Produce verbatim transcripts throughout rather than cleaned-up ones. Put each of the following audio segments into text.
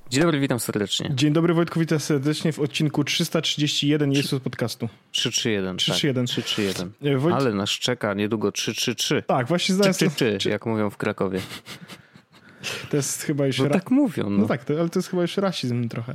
Dzień dobry, witam serdecznie. Dzień dobry, Wojtku, witam serdecznie w odcinku trzysta trzydzieści jeden Jesus Podcastu. trzysta trzydzieści jeden. trzysta trzydzieści jeden. Tak, trzysta trzydzieści jeden. Wojt... Ale nas czeka niedługo trzysta trzydzieści trzy. Tak, właśnie zaraz... Czy, czy, czy, jak mówią w Krakowie. To jest chyba już... No ra... tak mówią. No, no tak, to, ale to jest chyba już rasizm trochę.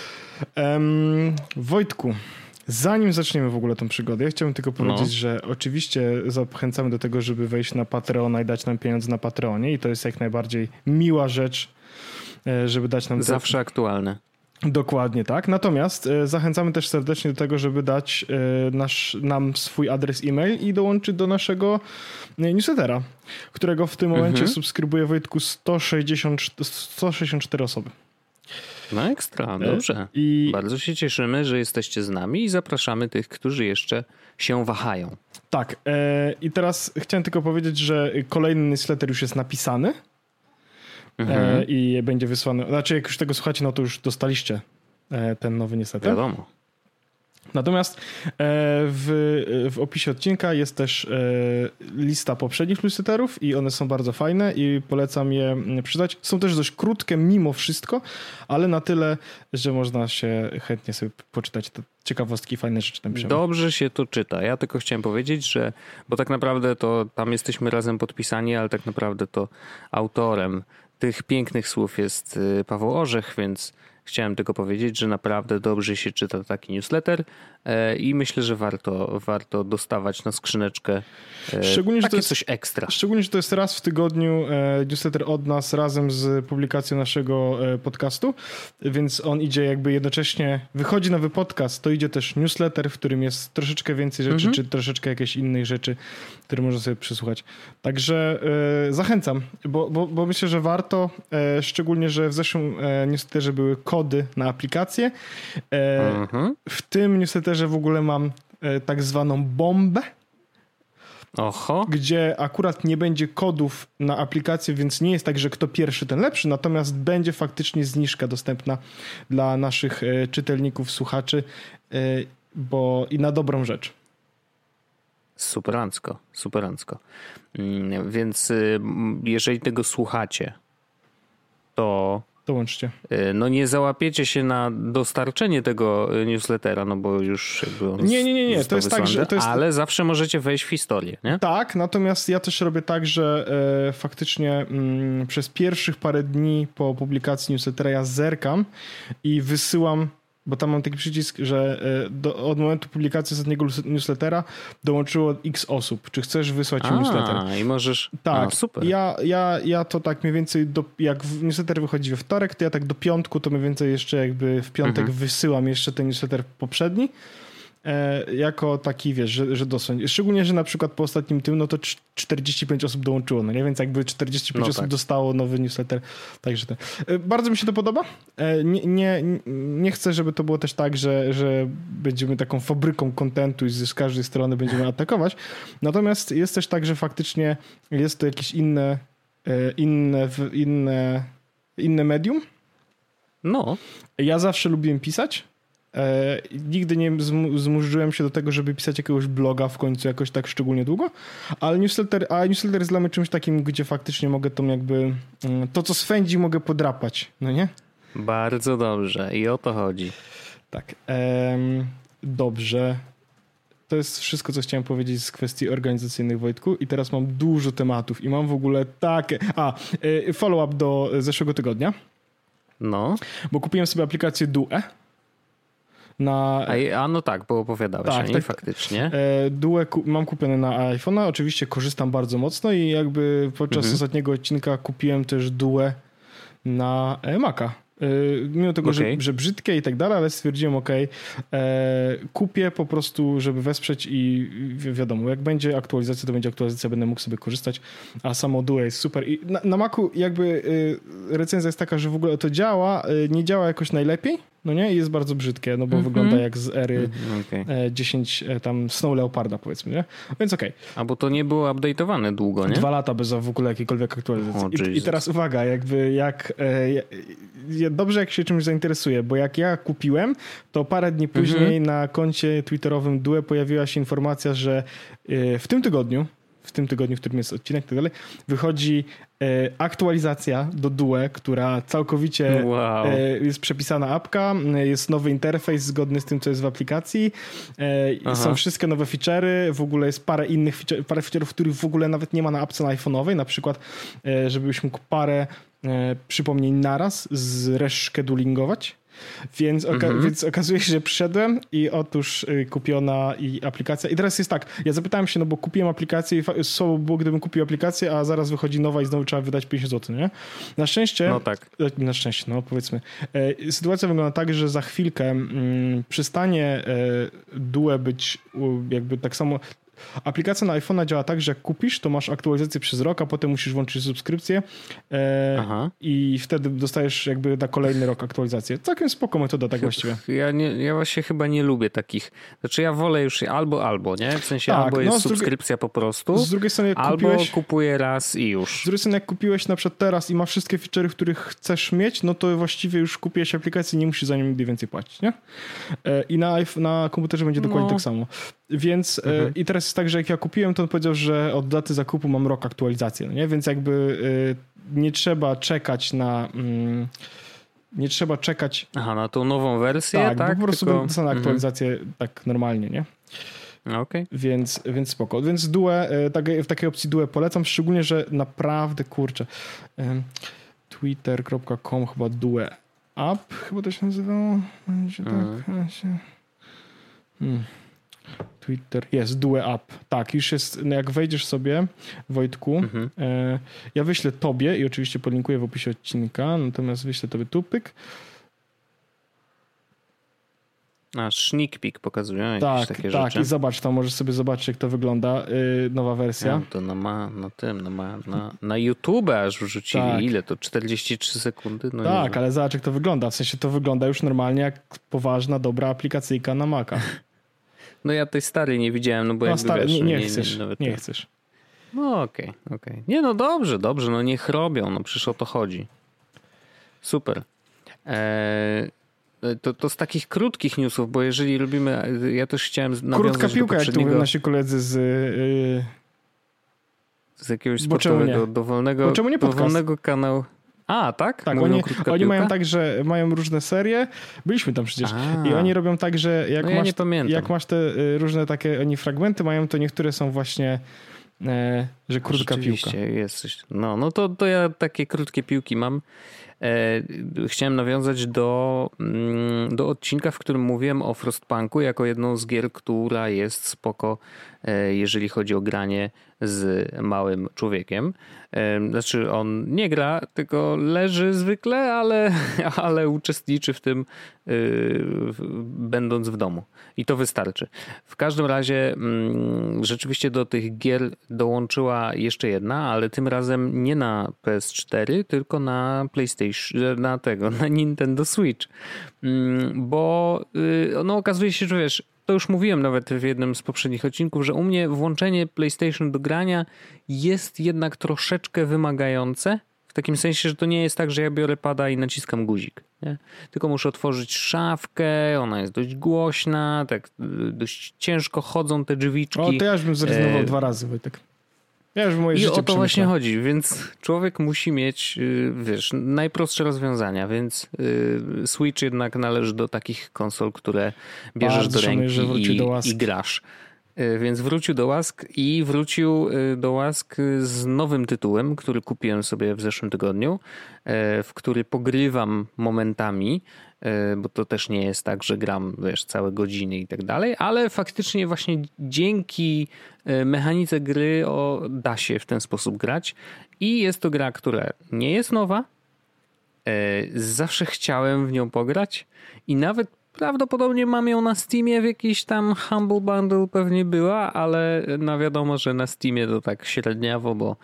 Um, Wojtku, zanim zaczniemy w ogóle tą przygodę, ja chciałbym tylko powiedzieć, no. że oczywiście zachęcamy do tego, żeby wejść na Patreona i dać nam pieniądze na Patreonie i to jest jak najbardziej miła rzecz, żeby dać nam... Zawsze te... aktualne. Dokładnie tak. Natomiast e, zachęcamy też serdecznie do tego, żeby dać e, nasz, nam swój adres e-mail i dołączyć do naszego e, newslettera, którego w tym momencie mhm. subskrybuje, Wojtku, sto sześćdziesiąt cztery osoby. No ekstra, dobrze. I... Bardzo się cieszymy, że jesteście z nami i zapraszamy tych, którzy jeszcze się wahają. Tak. E, I teraz chciałem tylko powiedzieć, że kolejny newsletter już jest napisany. Mhm. E, i będzie wysłany. Znaczy, jak już tego słuchacie, no to już dostaliście e, ten nowy niestety. Wiadomo. Natomiast e, w, w opisie odcinka jest też e, lista poprzednich newsletterów i one są bardzo fajne i polecam je przeczytać. Są też dość krótkie mimo wszystko, ale na tyle, że można się chętnie sobie poczytać te ciekawostki, fajne rzeczy tam piszemy. Dobrze się to czyta. Ja tylko chciałem powiedzieć, że bo tak naprawdę to tam jesteśmy razem podpisani, ale tak naprawdę to autorem tych pięknych słów jest Paweł Orzech, więc chciałem tylko powiedzieć, że naprawdę dobrze się czyta taki newsletter i myślę, że warto, warto dostawać na skrzyneczkę szczególnie, takie że to jest, coś ekstra. Szczególnie, że to jest raz w tygodniu newsletter od nas razem z publikacją naszego podcastu, więc on idzie jakby jednocześnie, wychodzi nowy podcast, to idzie też newsletter, w którym jest troszeczkę więcej rzeczy, mhm. czy troszeczkę jakieś innych rzeczy, które można sobie przysłuchać. Także e, zachęcam, bo, bo, bo myślę, że warto, e, szczególnie, że w zeszłym e, newsletterze były kody na aplikacje. E, mhm. W tym newsletterze że w ogóle mam e, tak zwaną bombę, Oho. gdzie akurat nie będzie kodów na aplikację, więc nie jest tak, że kto pierwszy, ten lepszy, natomiast będzie faktycznie zniżka dostępna dla naszych e, czytelników, słuchaczy, e, bo i na dobrą rzecz. Superancko, superancko. Więc jeżeli tego słuchacie, to... Dołączcie. No nie załapiecie się na dostarczenie tego newslettera, no bo już jakby on Nie, nie, nie, nie. To jest wysłany, tak, że to jest... ale zawsze możecie wejść w historię, nie? Tak, natomiast ja też robię tak, że e, faktycznie m, przez pierwszych parę dni po publikacji newslettera ja zerkam i wysyłam, bo tam mam taki przycisk, że e, do, od momentu publikacji ostatniego newslettera dołączyło x osób. Czy chcesz wysłać im newsletter? A, i możesz... Tak, no, super. Ja, ja, ja to tak mniej więcej, do, jak newsletter wychodzi we wtorek, to ja tak do piątku to mniej więcej jeszcze jakby w piątek mhm. wysyłam jeszcze ten newsletter poprzedni. E, jako taki, wiesz, że, że dosłownie. Szczególnie, że na przykład po ostatnim tym, no to czterdzieści pięć osób dołączyło, no nie? Więc jakby czterdzieści pięć no osób tak. dostało nowy newsletter. Także to. E, bardzo mi się to podoba. E, nie, nie, nie chcę, żeby to było też tak, że, że będziemy taką fabryką kontentu i z każdej strony będziemy atakować. Natomiast jest też tak, że faktycznie jest to jakieś inne, e, inne, inne, inne medium. No. Ja zawsze lubiłem pisać. E, nigdy nie zmurzyłem się do tego, żeby pisać jakiegoś bloga w końcu jakoś tak szczególnie długo, ale newsletter, a newsletter jest dla mnie czymś takim, gdzie faktycznie mogę tą jakby to, co swędzi, mogę podrapać, no nie? Bardzo dobrze i o to chodzi. Tak. Em, dobrze. To jest wszystko, co chciałem powiedzieć z kwestii organizacyjnych, Wojtku, i teraz mam dużo tematów i mam w ogóle takie... A, follow-up do zeszłego tygodnia. No. Bo kupiłem sobie aplikację Due. Na... A, a no tak, bo opowiadałeś tak, o niej tak, faktycznie. E, Due ku, mam kupione na iPhone'a, oczywiście korzystam bardzo mocno i jakby podczas mhm. ostatniego odcinka kupiłem też Due na Maca. E, mimo tego, okay. że, że brzydkie i tak dalej, ale stwierdziłem ok, e, kupię po prostu, żeby wesprzeć i wi- wiadomo, jak będzie aktualizacja, to będzie aktualizacja, będę mógł sobie korzystać, a samo Due jest super. I na, na Macu jakby e, recenzja jest taka, że w ogóle to działa, e, nie działa jakoś najlepiej, no nie? I jest bardzo brzydkie, no bo mm-hmm. wygląda jak z ery okay. dziesięć, tam Snow Leoparda powiedzmy, nie? Więc okej. Okay. A bo to nie było update'owane długo, nie? Dwa lata bez w ogóle jakiejkolwiek aktualizacji. Oh, I, I teraz uwaga, jakby jak e, dobrze jak się czymś zainteresuje, bo jak ja kupiłem, to parę dni później mm-hmm. na koncie twitterowym Due pojawiła się informacja, że e, w tym tygodniu w tym tygodniu, w którym jest odcinek i tak dalej, wychodzi e, aktualizacja do Due, która całkowicie wow. e, jest przepisana apka, jest nowy interfejs zgodny z tym, co jest w aplikacji, e, są wszystkie nowe feature'y, w ogóle jest parę innych feature, parę feature'ów, których w ogóle nawet nie ma na apce na iPhone'owej, na przykład, e, żebyś mógł parę e, przypomnień naraz zreschedulingować. Więc, oka- mm-hmm. więc okazuje się, że przyszedłem i otóż y, kupiona i aplikacja. I teraz jest tak, ja zapytałem się, no bo kupiłem aplikację i fa- słabo było, gdybym kupił aplikację, a zaraz wychodzi nowa i znowu trzeba wydać pięćdziesiąt złotych, nie? Na szczęście, no tak. na szczęście, no powiedzmy. E, sytuacja wygląda tak, że za chwilkę mm, przestanie e, Due być u, jakby tak samo. Aplikacja na iPhone'a działa tak, że jak kupisz, to masz aktualizację przez rok, a potem musisz włączyć subskrypcję e, i wtedy dostajesz jakby na kolejny rok aktualizację. Całkiem spoko metoda tak właściwie. Ja, nie, ja właśnie chyba nie lubię takich. Znaczy ja wolę już albo albo, nie? W sensie tak, albo jest no, subskrypcja drugiej, po prostu, z drugiej strony jak albo kupiłeś, kupuję raz i już. Z drugiej strony jak kupiłeś na przykład teraz i ma wszystkie feature'y, których chcesz mieć, no to właściwie już kupiłeś aplikację i nie musisz za nią nigdy więcej płacić, nie? E, I na, na komputerze będzie dokładnie no. tak samo. Więc mhm. e, i teraz jest tak, że jak ja kupiłem, to on powiedział, że od daty zakupu mam rok aktualizacji, no nie? Więc jakby e, nie trzeba czekać na... Mm, nie trzeba czekać... Aha, na tą nową wersję, tak? tak? Bo po prostu Tylko... będą dostane aktualizację mhm. tak normalnie, nie? Okay. Więc, więc spoko. Więc Due, tak, w takiej opcji Due polecam, szczególnie, że naprawdę, kurczę, twitter kropka com chyba Due App, chyba to się nazywało. Będzie mhm. tak, się... Hmm. Twitter, jest Due App. Tak, już jest, no jak wejdziesz sobie, Wojtku, mhm. e, ja wyślę tobie i oczywiście podlinkuję w opisie odcinka, natomiast wyślę tobie tu pyk. A, sneak peek pokazują jakieś tak, takie tak, rzeczy. Tak, i zobacz, tam możesz sobie zobaczyć, jak to wygląda, yy, nowa wersja. Ja, to na, ma, na tym, na, ma, na, na YouTube aż wrzucili. Tak. Ile to? czterdzieści trzy sekundy? No tak, ale zobacz, jak to wygląda. W sensie to wygląda już normalnie jak poważna, dobra aplikacyjka na Maca. No ja tej starej nie widziałem, no bo no, jakby stary, wiesz, nie, nie, nie chcesz, nie, nie chcesz. No okej, okay, okej. Okay. Nie no dobrze, dobrze, no niech robią, no przecież o to chodzi. Super. Eee, to, to z takich krótkich newsów, bo jeżeli lubimy, ja też chciałem nawiązać Krótka piłka, do jak tu mówią nasi koledzy z... Yy... z jakiegoś sportowego, dowolnego, bo czemu nie dowolnego kanału. A, tak? Tak, oni, oni mają tak, że mają różne serie. Byliśmy tam przecież. A. I oni robią tak, że jak, no ja masz, jak masz te różne takie, oni fragmenty mają, to niektóre są właśnie, e, że krótka piłka. Jest coś. No, no to, to ja takie krótkie piłki mam. E, chciałem nawiązać do, do odcinka, w którym mówiłem o Frostpunku jako jedną z gier, która jest spoko, e, jeżeli chodzi o granie z małym człowiekiem. E, znaczy on nie gra, tylko leży zwykle, ale, ale uczestniczy w tym e, w, będąc w domu. I to wystarczy. W każdym razie m, rzeczywiście do tych gier dołączyła jeszcze jedna, ale tym razem nie na P S cztery, tylko na PlayStation, na tego, na Nintendo Switch. Bo no, okazuje się, że wiesz, to już mówiłem nawet w jednym z poprzednich odcinków, że u mnie włączenie PlayStation do grania jest jednak troszeczkę wymagające. W takim sensie, że to nie jest tak, że ja biorę pada i naciskam guzik. Nie? Tylko muszę otworzyć szafkę, ona jest dość głośna, tak dość ciężko chodzą te drzwiczki. O, to ja już bym zrezygnował e... dwa razy, Wojtek. Ja już moje I życie o to właśnie chodzi, więc człowiek musi mieć, wiesz, najprostsze rozwiązania, więc Switch jednak należy do takich konsol, które bierzesz Bardzo do ręki szanuję, i, do i grasz. Więc wrócił do łask i wrócił do łask z nowym tytułem, który kupiłem sobie w zeszłym tygodniu, w który pogrywam momentami, bo to też nie jest tak, że gram, wiesz, całe godziny i tak dalej, ale faktycznie właśnie dzięki mechanice gry o, da się w ten sposób grać i jest to gra, która nie jest nowa, zawsze chciałem w nią pograć i nawet prawdopodobnie mam ją na Steamie w jakiejś tam Humble Bundle pewnie była, ale no wiadomo, że na Steamie to tak średniawo, bo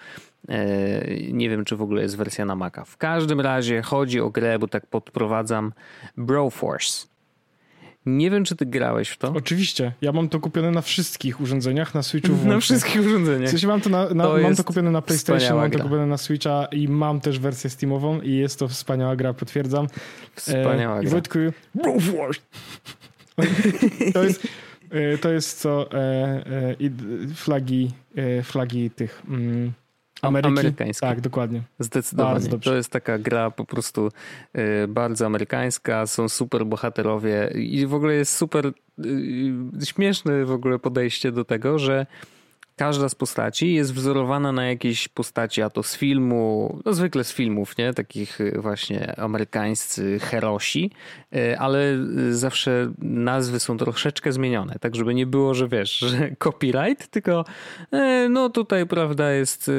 nie wiem, czy w ogóle jest wersja na Maca. W każdym razie chodzi o grę, bo tak podprowadzam, Broforce. Nie wiem, czy ty grałeś w to? Oczywiście. Ja mam to kupione na wszystkich urządzeniach, na Switchu włącznie. Na wszystkich urządzeniach. W sensie mam to, na, na, to mam to kupione na PlayStation, mam to gra. kupione na Switcha i mam też wersję Steamową i jest to wspaniała gra, potwierdzam. Wspaniała e, gra. I Wojtku, Broforce! To jest... To jest co e, e, flagi, e, flagi tych mm, Ameryki. Amerykańskie. Tak, dokładnie. Zdecydowanie. To jest taka gra po prostu y, bardzo amerykańska, są super bohaterowie i w ogóle jest super y, śmieszne w ogóle podejście do tego, że każda z postaci jest wzorowana na jakiejś postaci, a to z filmu, no zwykle z filmów, nie? Takich właśnie amerykańscy herosi, ale zawsze nazwy są troszeczkę zmienione, tak żeby nie było, że wiesz, że copyright, tylko no tutaj prawda jest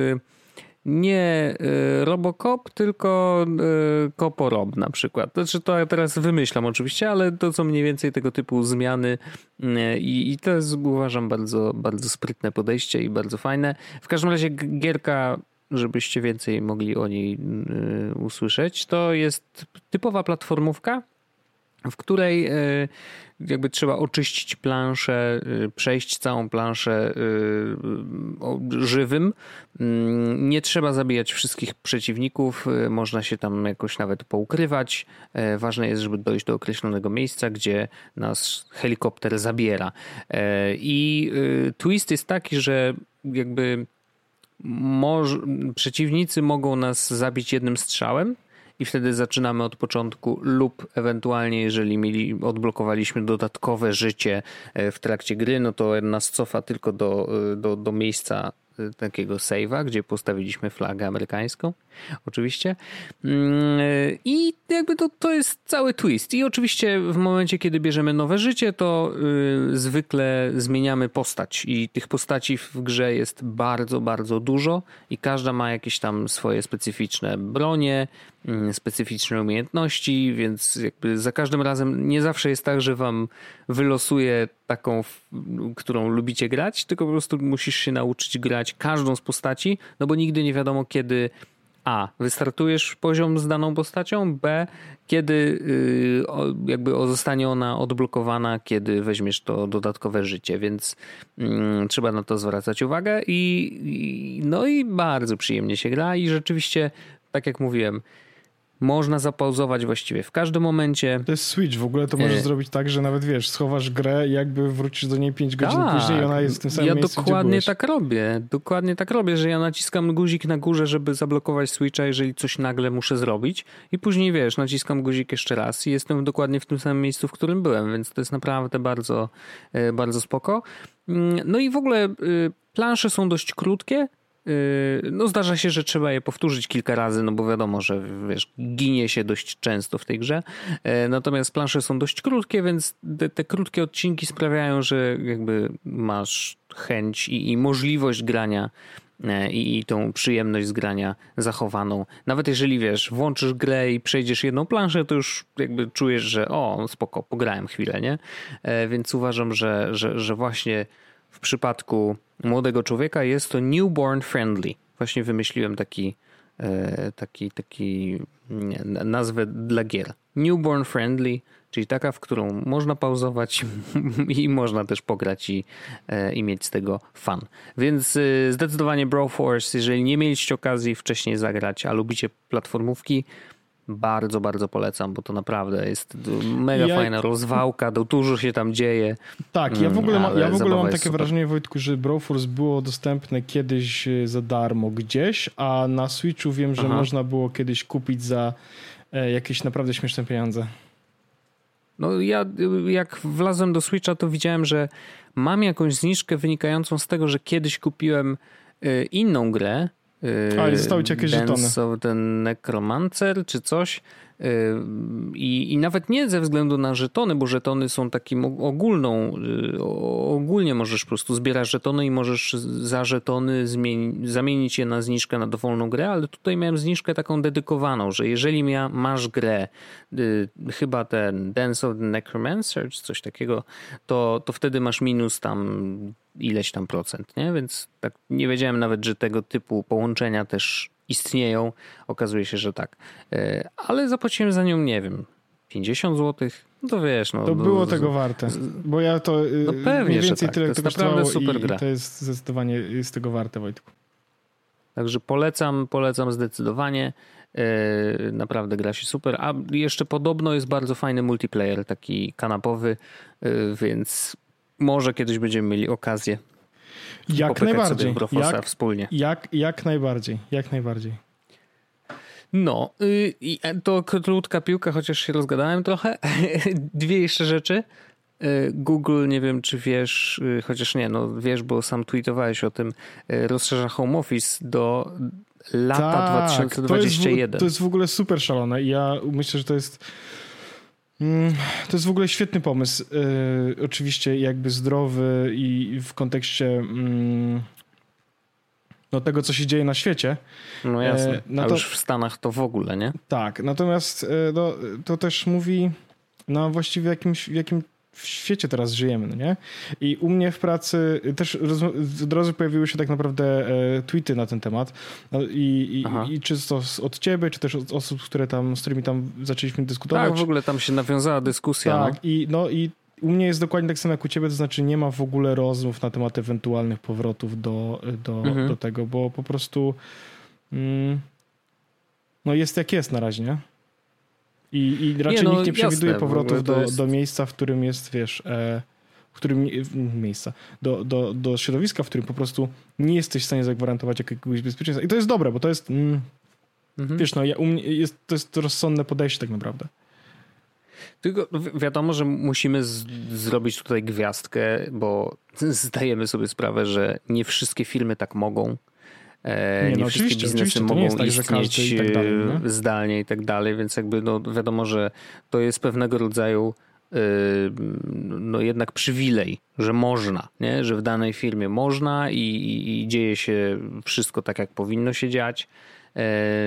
nie Robocop, tylko Coporob na przykład. Znaczy to ja teraz wymyślam oczywiście, ale to są mniej więcej tego typu zmiany i, i to jest uważam bardzo, bardzo sprytne podejście i bardzo fajne. W każdym razie gierka, żebyście więcej mogli o niej usłyszeć, to jest typowa platformówka, w której jakby trzeba oczyścić planszę, przejść całą planszę żywym. Nie trzeba zabijać wszystkich przeciwników, można się tam jakoś nawet poukrywać. Ważne jest, żeby dojść do określonego miejsca, gdzie nas helikopter zabiera. I twist jest taki, że jakby moż... przeciwnicy mogą nas zabić jednym strzałem, i wtedy zaczynamy od początku lub ewentualnie jeżeli mieli, odblokowaliśmy dodatkowe życie w trakcie gry, no to nas cofa tylko do, do, do miejsca takiego save'a, gdzie postawiliśmy flagę amerykańską, oczywiście. I jakby to, to jest cały twist. I oczywiście w momencie, kiedy bierzemy nowe życie, to yy, zwykle zmieniamy postać i tych postaci w grze jest bardzo, bardzo dużo i każda ma jakieś tam swoje specyficzne bronie, yy, specyficzne umiejętności, więc jakby za każdym razem nie zawsze jest tak, że wam wylosuje taką, którą lubicie grać, tylko po prostu musisz się nauczyć grać każdą z postaci, no bo nigdy nie wiadomo kiedy A. Wystartujesz poziom z daną postacią, B. Kiedy yy, jakby zostanie ona odblokowana, kiedy weźmiesz to dodatkowe życie, więc yy, trzeba na to zwracać uwagę i, i no i bardzo przyjemnie się gra i rzeczywiście, tak jak mówiłem, można zapauzować właściwie w każdym momencie. To jest Switch, w ogóle to możesz e... zrobić tak, że nawet wiesz, schowasz grę i jakby wrócisz do niej pięć godzin tak, później i ona jest w tym samym ja miejscu, dokładnie tak robię. Dokładnie tak robię, że ja naciskam guzik na górze, żeby zablokować Switcha, jeżeli coś nagle muszę zrobić i później wiesz, naciskam guzik jeszcze raz i jestem dokładnie w tym samym miejscu, w którym byłem, więc to jest naprawdę bardzo, bardzo spoko. No i w ogóle plansze są dość krótkie. No zdarza się, że trzeba je powtórzyć kilka razy, no bo wiadomo, że wiesz, ginie się dość często w tej grze. Natomiast plansze są dość krótkie, więc te, te krótkie odcinki sprawiają, że jakby masz chęć i, i możliwość grania i, i tą przyjemność z grania zachowaną. Nawet jeżeli wiesz, włączysz grę i przejdziesz jedną planszę, to już jakby czujesz, że o, spoko, pograłem chwilę, nie? Więc uważam, że, że, że właśnie w przypadku młodego człowieka jest to newborn friendly. Właśnie wymyśliłem taki, taki, taki nie, nazwę dla gier. Newborn friendly, czyli taka, w którą można pauzować i można też pograć i, i mieć z tego fan. Więc zdecydowanie Broforce, jeżeli nie mieliście okazji wcześniej zagrać, a lubicie platformówki, bardzo, bardzo polecam, bo to naprawdę jest mega ja... fajna rozwałka, dużo się tam dzieje. Tak, ja w ogóle, ma, ja w ogóle mam takie super. wrażenie, Wojtku, że Broforce było dostępne kiedyś za darmo gdzieś, a na Switchu wiem, że Aha. można było kiedyś kupić za jakieś naprawdę śmieszne pieniądze. No ja jak wlazłem do Switcha, to widziałem, że mam jakąś zniżkę wynikającą z tego, że kiedyś kupiłem inną grę, ale zostały ci jakieś żetony. Dance of the Necromancer czy coś. I, I nawet nie ze względu na żetony, bo żetony są takim ogólną, ogólnie możesz po prostu zbierać żetony i możesz za żetony zmieni, zamienić je na zniżkę na dowolną grę, ale tutaj miałem zniżkę taką dedykowaną, że jeżeli mia, masz grę, y, chyba ten Dance of the Necromancer czy coś takiego, to, to wtedy masz minus tam ileś tam procent, nie? Więc tak nie wiedziałem nawet, że tego typu połączenia też istnieją. Okazuje się, że tak. Ale zapłaciłem za nią, nie wiem, pięćdziesiąt złotych. No to wiesz, no. To było z, tego warte. Bo ja to no pewnie, mniej więcej tak. tyle to jest naprawdę super i, gra. I to jest zdecydowanie jest tego warte, Wojtku. Także polecam, polecam zdecydowanie. Naprawdę gra się super. A jeszcze podobno jest bardzo fajny multiplayer, taki kanapowy, więc może kiedyś będziemy mieli okazję jak najbardziej sobie Brofosa jak, wspólnie. Jak, jak najbardziej, jak najbardziej. No, i to krótka piłka, chociaż się rozgadałem trochę. Dwie jeszcze rzeczy. Google, nie wiem czy wiesz, chociaż nie, no wiesz, bo sam tweetowałeś o tym, rozszerza Home Office do lata tak, dwa tysiące dwudziestego pierwszego. To jest, w, to jest w ogóle super szalone i ja myślę, że to jest to jest w ogóle świetny pomysł. Yy, oczywiście jakby zdrowy i w kontekście yy, no, tego, co się dzieje na świecie. No jasne, yy, no a to, już w Stanach to w ogóle, nie? Tak, natomiast yy, no, to też mówi no właściwie w jakimś, w jakim w świecie teraz żyjemy, no nie? I u mnie w pracy też od razu pojawiły się tak naprawdę e, tweety na ten temat. No, i, i, i czy to od ciebie, czy też od osób, które tam, z którymi tam zaczęliśmy dyskutować. Tak, w ogóle tam się nawiązała dyskusja. Tak, no. i, no, i u mnie jest dokładnie tak samo jak u ciebie, to znaczy nie ma w ogóle rozmów na temat ewentualnych powrotów do, do, mhm. do tego, bo po prostu mm, no jest jak jest na razie, nie? I, i raczej nie, no, nikt nie przewiduje jasne, powrotów do, jest... do miejsca, w którym jest, wiesz, e, w którym miejsca, do, do, do środowiska, w którym po prostu nie jesteś w stanie zagwarantować jakiegoś bezpieczeństwa. I to jest dobre, bo to jest, mm, mhm. wiesz, no, ja, u mnie jest, to jest rozsądne podejście tak naprawdę. Tylko wiadomo, że musimy z, zrobić tutaj gwiazdkę, bo zdajemy sobie sprawę, że nie wszystkie firmy tak mogą. Nie, nie no wszystkie biznesy mogą tak, istnieć i tak dalej, zdalnie i tak dalej, więc jakby no wiadomo, że to jest pewnego rodzaju yy, no jednak przywilej, że można, nie? Że w danej firmie można i, i, i dzieje się wszystko tak, jak powinno się dziać. Yy,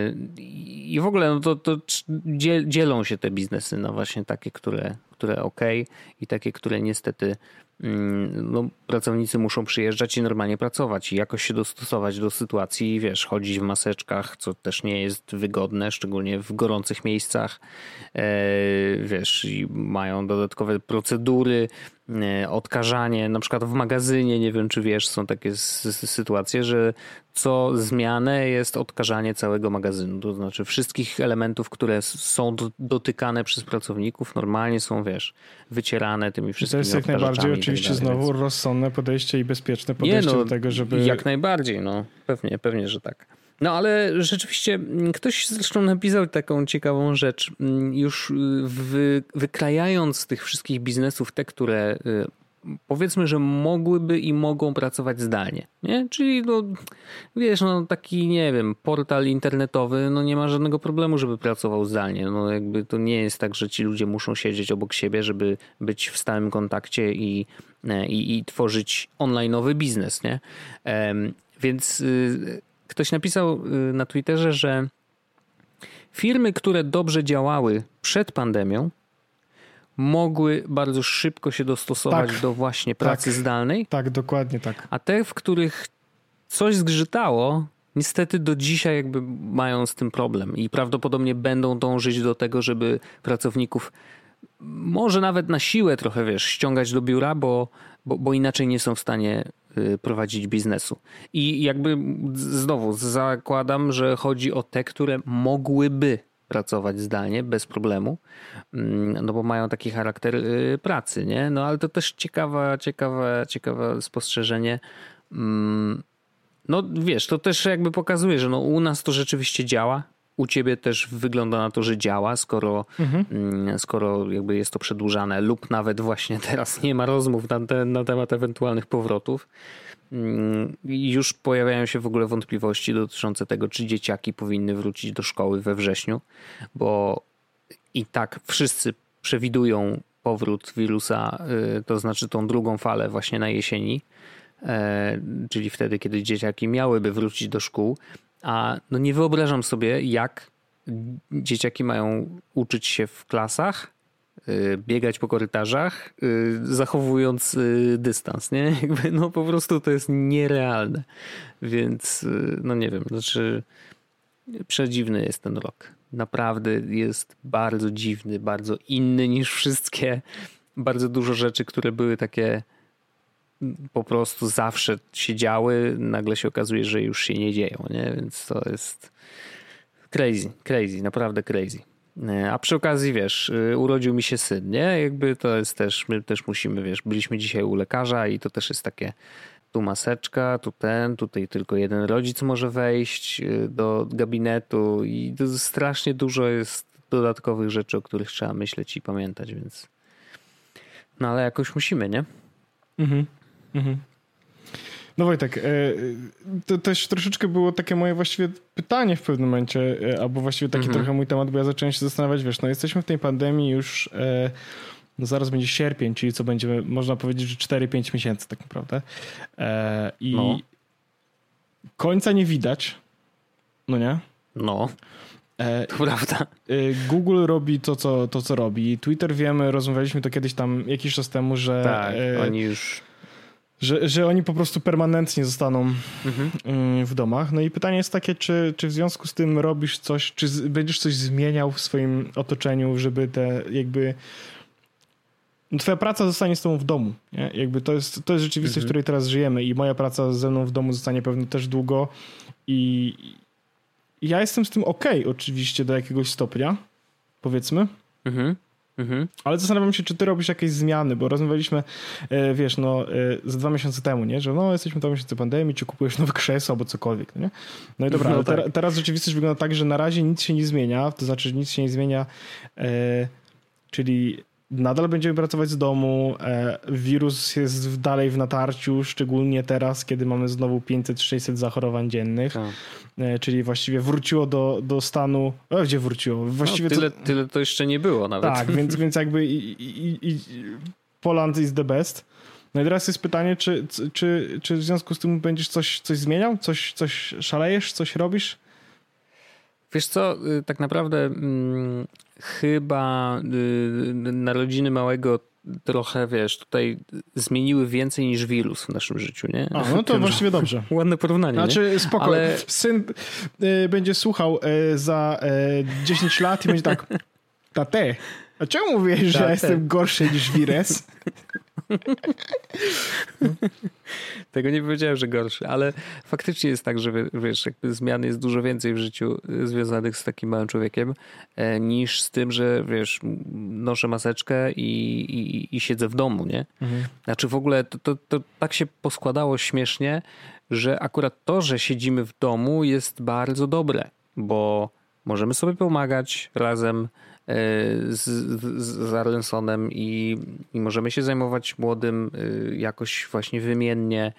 I w ogóle no to, to dzielą się te biznesy na właśnie takie, które, które okej i takie, które niestety no, pracownicy muszą przyjeżdżać i normalnie pracować i jakoś się dostosować do sytuacji, wiesz, chodzić w maseczkach, co też nie jest wygodne, szczególnie w gorących miejscach, e, wiesz, i mają dodatkowe procedury, e, odkażanie, na przykład w magazynie, nie wiem czy wiesz, są takie s- sytuacje, że co zmianę jest odkażanie całego magazynu, to znaczy wszystkich elementów, które są do, dotykane przez pracowników, normalnie są, wiesz, wycierane tymi wszystkimi odkażaczami. To jest jak najbardziej oczywiście tak dalej, znowu więc... rozsądne podejście i bezpieczne podejście Nie, no, do tego, żeby... Jak najbardziej, no pewnie, pewnie, że tak. No ale rzeczywiście ktoś zresztą napisał taką ciekawą rzecz, już wy, wykrajając z tych wszystkich biznesów te, które powiedzmy, że mogłyby i mogą pracować zdalnie, nie? Czyli no, wiesz, no taki, nie wiem, portal internetowy, no nie ma żadnego problemu, żeby pracował zdalnie. No jakby to nie jest tak, że ci ludzie muszą siedzieć obok siebie, żeby być w stałym kontakcie i, i, i tworzyć online'owy biznes, nie? Więc y, ktoś napisał y, na Twitterze, że firmy, które dobrze działały przed pandemią, mogły bardzo szybko się dostosować tak, do właśnie pracy tak, zdalnej. Tak, dokładnie tak. A te, w których coś zgrzytało, niestety do dzisiaj jakby mają z tym problem i prawdopodobnie będą dążyć do tego, żeby pracowników może nawet na siłę trochę, wiesz, ściągać do biura, bo, bo, bo inaczej nie są w stanie prowadzić biznesu. I jakby znowu zakładam, że chodzi o te, które mogłyby pracować zdalnie bez problemu, no bo mają taki charakter pracy, nie? No ale to też ciekawe, ciekawe, ciekawe spostrzeżenie. No wiesz, to też jakby pokazuje, że no u nas to rzeczywiście działa. U ciebie też wygląda na to, że działa, skoro, mhm. skoro jakby jest to przedłużane lub nawet właśnie teraz nie ma rozmów na, te, na temat ewentualnych powrotów. Już pojawiają się w ogóle wątpliwości dotyczące tego, czy dzieciaki powinny wrócić do szkoły we wrześniu, bo i tak wszyscy przewidują powrót wirusa, to znaczy tą drugą falę właśnie na jesieni, czyli wtedy, kiedy dzieciaki miałyby wrócić do szkół, a no nie wyobrażam sobie, jak dzieciaki mają uczyć się w klasach, biegać po korytarzach, zachowując dystans, nie? Jakby no po prostu to jest nierealne. Więc no nie wiem, znaczy przedziwny jest ten rok. Naprawdę jest bardzo dziwny, bardzo inny niż wszystkie. Bardzo dużo rzeczy, które były takie po prostu zawsze się działy, nagle się okazuje, że już się nie dzieją, nie? Więc to jest crazy, crazy, naprawdę crazy. A przy okazji, wiesz, urodził mi się syn, nie? Jakby to jest też, my też musimy, wiesz, byliśmy dzisiaj u lekarza i to też jest takie, tu maseczka, tu ten, tutaj tylko jeden rodzic może wejść do gabinetu i to strasznie dużo jest dodatkowych rzeczy, o których trzeba myśleć i pamiętać, więc no ale jakoś musimy, nie? Mhm, mhm. No Wojtek, to też troszeczkę było takie moje właściwie pytanie w pewnym momencie, albo właściwie taki mhm. trochę mój temat, bo ja zacząłem się zastanawiać, wiesz, no jesteśmy w tej pandemii już, no zaraz będzie sierpień, czyli co będzie, można powiedzieć, że cztery pięć miesięcy tak naprawdę. I no. końca nie widać, no nie? No. To prawda. Google robi to co, to, co robi. Twitter wiemy, rozmawialiśmy to kiedyś tam jakiś czas temu, że... Tak, oni już... Że, że oni po prostu permanentnie zostaną mhm. w domach. No i pytanie jest takie, czy, czy w związku z tym robisz coś, czy z, będziesz coś zmieniał w swoim otoczeniu, żeby te jakby... Twoja praca zostanie z tobą w domu. Nie? Jakby to jest, to jest rzeczywistość, mhm. w której teraz żyjemy i moja praca ze mną w domu zostanie pewno też długo i ja jestem z tym okej, okay, oczywiście do jakiegoś stopnia, powiedzmy. Mhm. Mhm. Ale zastanawiam się, czy ty robisz jakieś zmiany, bo rozmawialiśmy, e, wiesz, no e, z dwa miesiące temu, nie? Że no, jesteśmy dwa miesiące pandemii, czy kupujesz nowe krzesło albo cokolwiek, no nie? No i dobra, no ale tak. te, teraz rzeczywistość wygląda tak, że na razie nic się nie zmienia, to znaczy, że nic się nie zmienia, e, czyli nadal będziemy pracować z domu, e, wirus jest dalej w natarciu, szczególnie teraz, kiedy mamy znowu pięćset sześćset zachorowań dziennych. Tak. Czyli właściwie wróciło do, do stanu... O, gdzie wróciło? Właściwie no, tyle, to, tyle to jeszcze nie było nawet. Tak, więc, więc jakby i, i, i Poland is the best. No i teraz jest pytanie, czy, czy, czy w związku z tym będziesz coś, coś zmieniał? Coś, coś szalejesz? Coś robisz? Wiesz co, tak naprawdę hmm, chyba y, narodziny małego trochę, wiesz, tutaj zmieniły więcej niż wirus w naszym życiu, nie? A, no to właściwie dobrze. Ładne porównanie, Znaczy, nie? spoko. Ale... Syn y, będzie słuchał y, za y, dziesięć lat i będzie tak, tate, a czemu mówisz, że ja jestem gorszy niż wirus? Tego nie powiedziałem, że gorszy, ale faktycznie jest tak, że wiesz, jakby zmian jest dużo więcej w życiu związanych z takim małym człowiekiem niż z tym, że wiesz, noszę maseczkę i, i, i siedzę w domu, nie? Mhm. Znaczy w ogóle to, to, to tak się poskładało śmiesznie, że akurat to, że siedzimy w domu jest bardzo dobre, bo możemy sobie pomagać razem z, z, z Arlensonem i, i możemy się zajmować młodym jakoś właśnie wymiennie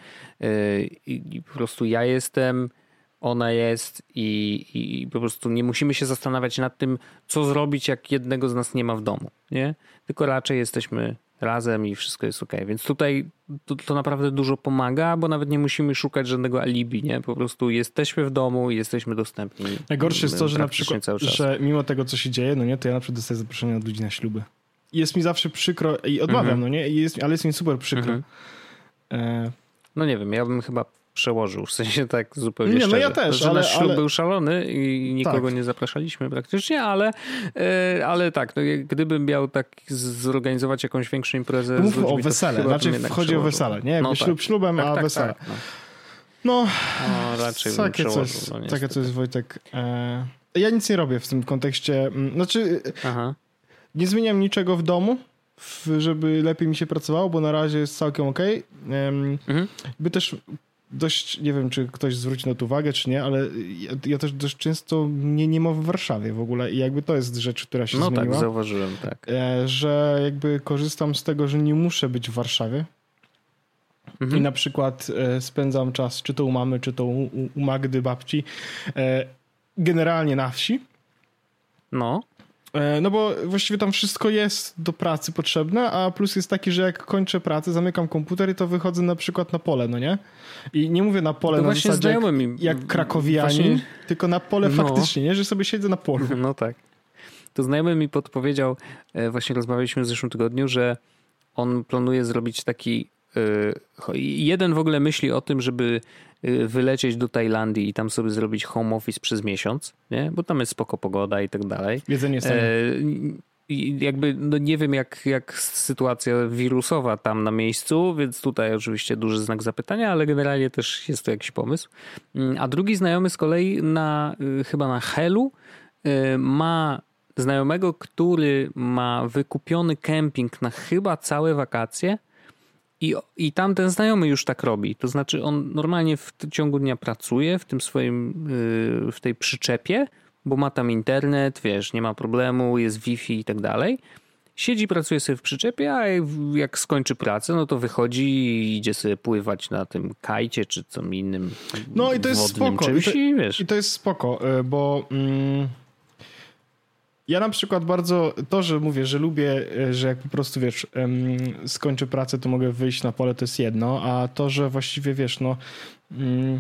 i, i po prostu ja jestem, ona jest i, i po prostu nie musimy się zastanawiać nad tym, co zrobić, jak jednego z nas nie ma w domu, nie? Tylko raczej jesteśmy razem i wszystko jest okej. Więc tutaj to, to naprawdę dużo pomaga, bo nawet nie musimy szukać żadnego alibi, nie? Po prostu jesteśmy w domu i jesteśmy dostępni. Najgorsze jest to, że na przykład, że mimo tego, co się dzieje, no nie, to ja na przykład dostaję zaproszenia od ludzi na śluby. I jest mi zawsze przykro i odmawiam, mhm. no nie, I jest, ale jest mi super przykro. Mhm. E... No nie wiem, ja bym chyba przełożył, w sensie tak zupełnie nie, szczerze. No ja też, że ale... nasz ślub ale... był szalony i nikogo tak. nie zapraszaliśmy praktycznie, ale, ale tak, no, gdybym miał tak zorganizować jakąś większą imprezę Mów z ludźmi, o wesele, znaczy chodzi o wesele, nie? Jakby no ślub tak. ślubem, tak, a tak, wesele. Tak, no. No, no raczej bym takie coś, no, takie coś, Wojtek. E... Ja nic nie robię w tym kontekście. Znaczy, Aha. nie zmieniam niczego w domu, żeby lepiej mi się pracowało, bo na razie jest całkiem okej. Okay. Mhm. By też dość, nie wiem, czy ktoś zwróci na to uwagę, czy nie, ale ja, ja też dość często mnie nie ma w Warszawie w ogóle i jakby to jest rzecz, która się no zmieniła. No tak, zauważyłem, tak. Że jakby korzystam z tego, że nie muszę być w Warszawie mhm. i na przykład spędzam czas czy to u mamy, czy to u, u Magdy, babci, generalnie na wsi. No. No bo właściwie tam wszystko jest do pracy potrzebne, a plus jest taki, że jak kończę pracę, zamykam komputer i to wychodzę na przykład na pole, no nie? I nie mówię na pole to na zasadzie jak, mi... jak krakowianin, właśnie... tylko na pole no. faktycznie, nie? Że sobie siedzę na polu. No tak. To znajomy mi podpowiedział, właśnie rozmawialiśmy w zeszłym tygodniu, że on planuje zrobić taki jeden w ogóle myśli o tym, żeby wylecieć do Tajlandii i tam sobie zrobić home office przez miesiąc, nie? Bo tam jest spoko pogoda i tak dalej. Jedzenie jest e, I jakby no nie wiem jak, jak sytuacja wirusowa tam na miejscu, więc tutaj oczywiście duży znak zapytania, ale generalnie też jest to jakiś pomysł. A drugi znajomy z kolei na chyba na Helu ma znajomego, który ma wykupiony kemping na chyba całe wakacje i, i tam ten znajomy już tak robi. To znaczy on normalnie w ciągu dnia pracuje w tym swoim, yy, w tej przyczepie, bo ma tam internet, wiesz, nie ma problemu, jest Wi-Fi i tak dalej. Siedzi, pracuje sobie w przyczepie, a jak skończy pracę, no to wychodzi i idzie sobie pływać na tym kajcie czy co innym. No i to jest spoko. Czymś, I, to, i, wiesz. I to jest spoko, bo mm, ja na przykład bardzo, to, że mówię, że lubię, że jak po prostu, wiesz, um, skończę pracę, to mogę wyjść na pole, to jest jedno, a to, że właściwie, wiesz, no mm,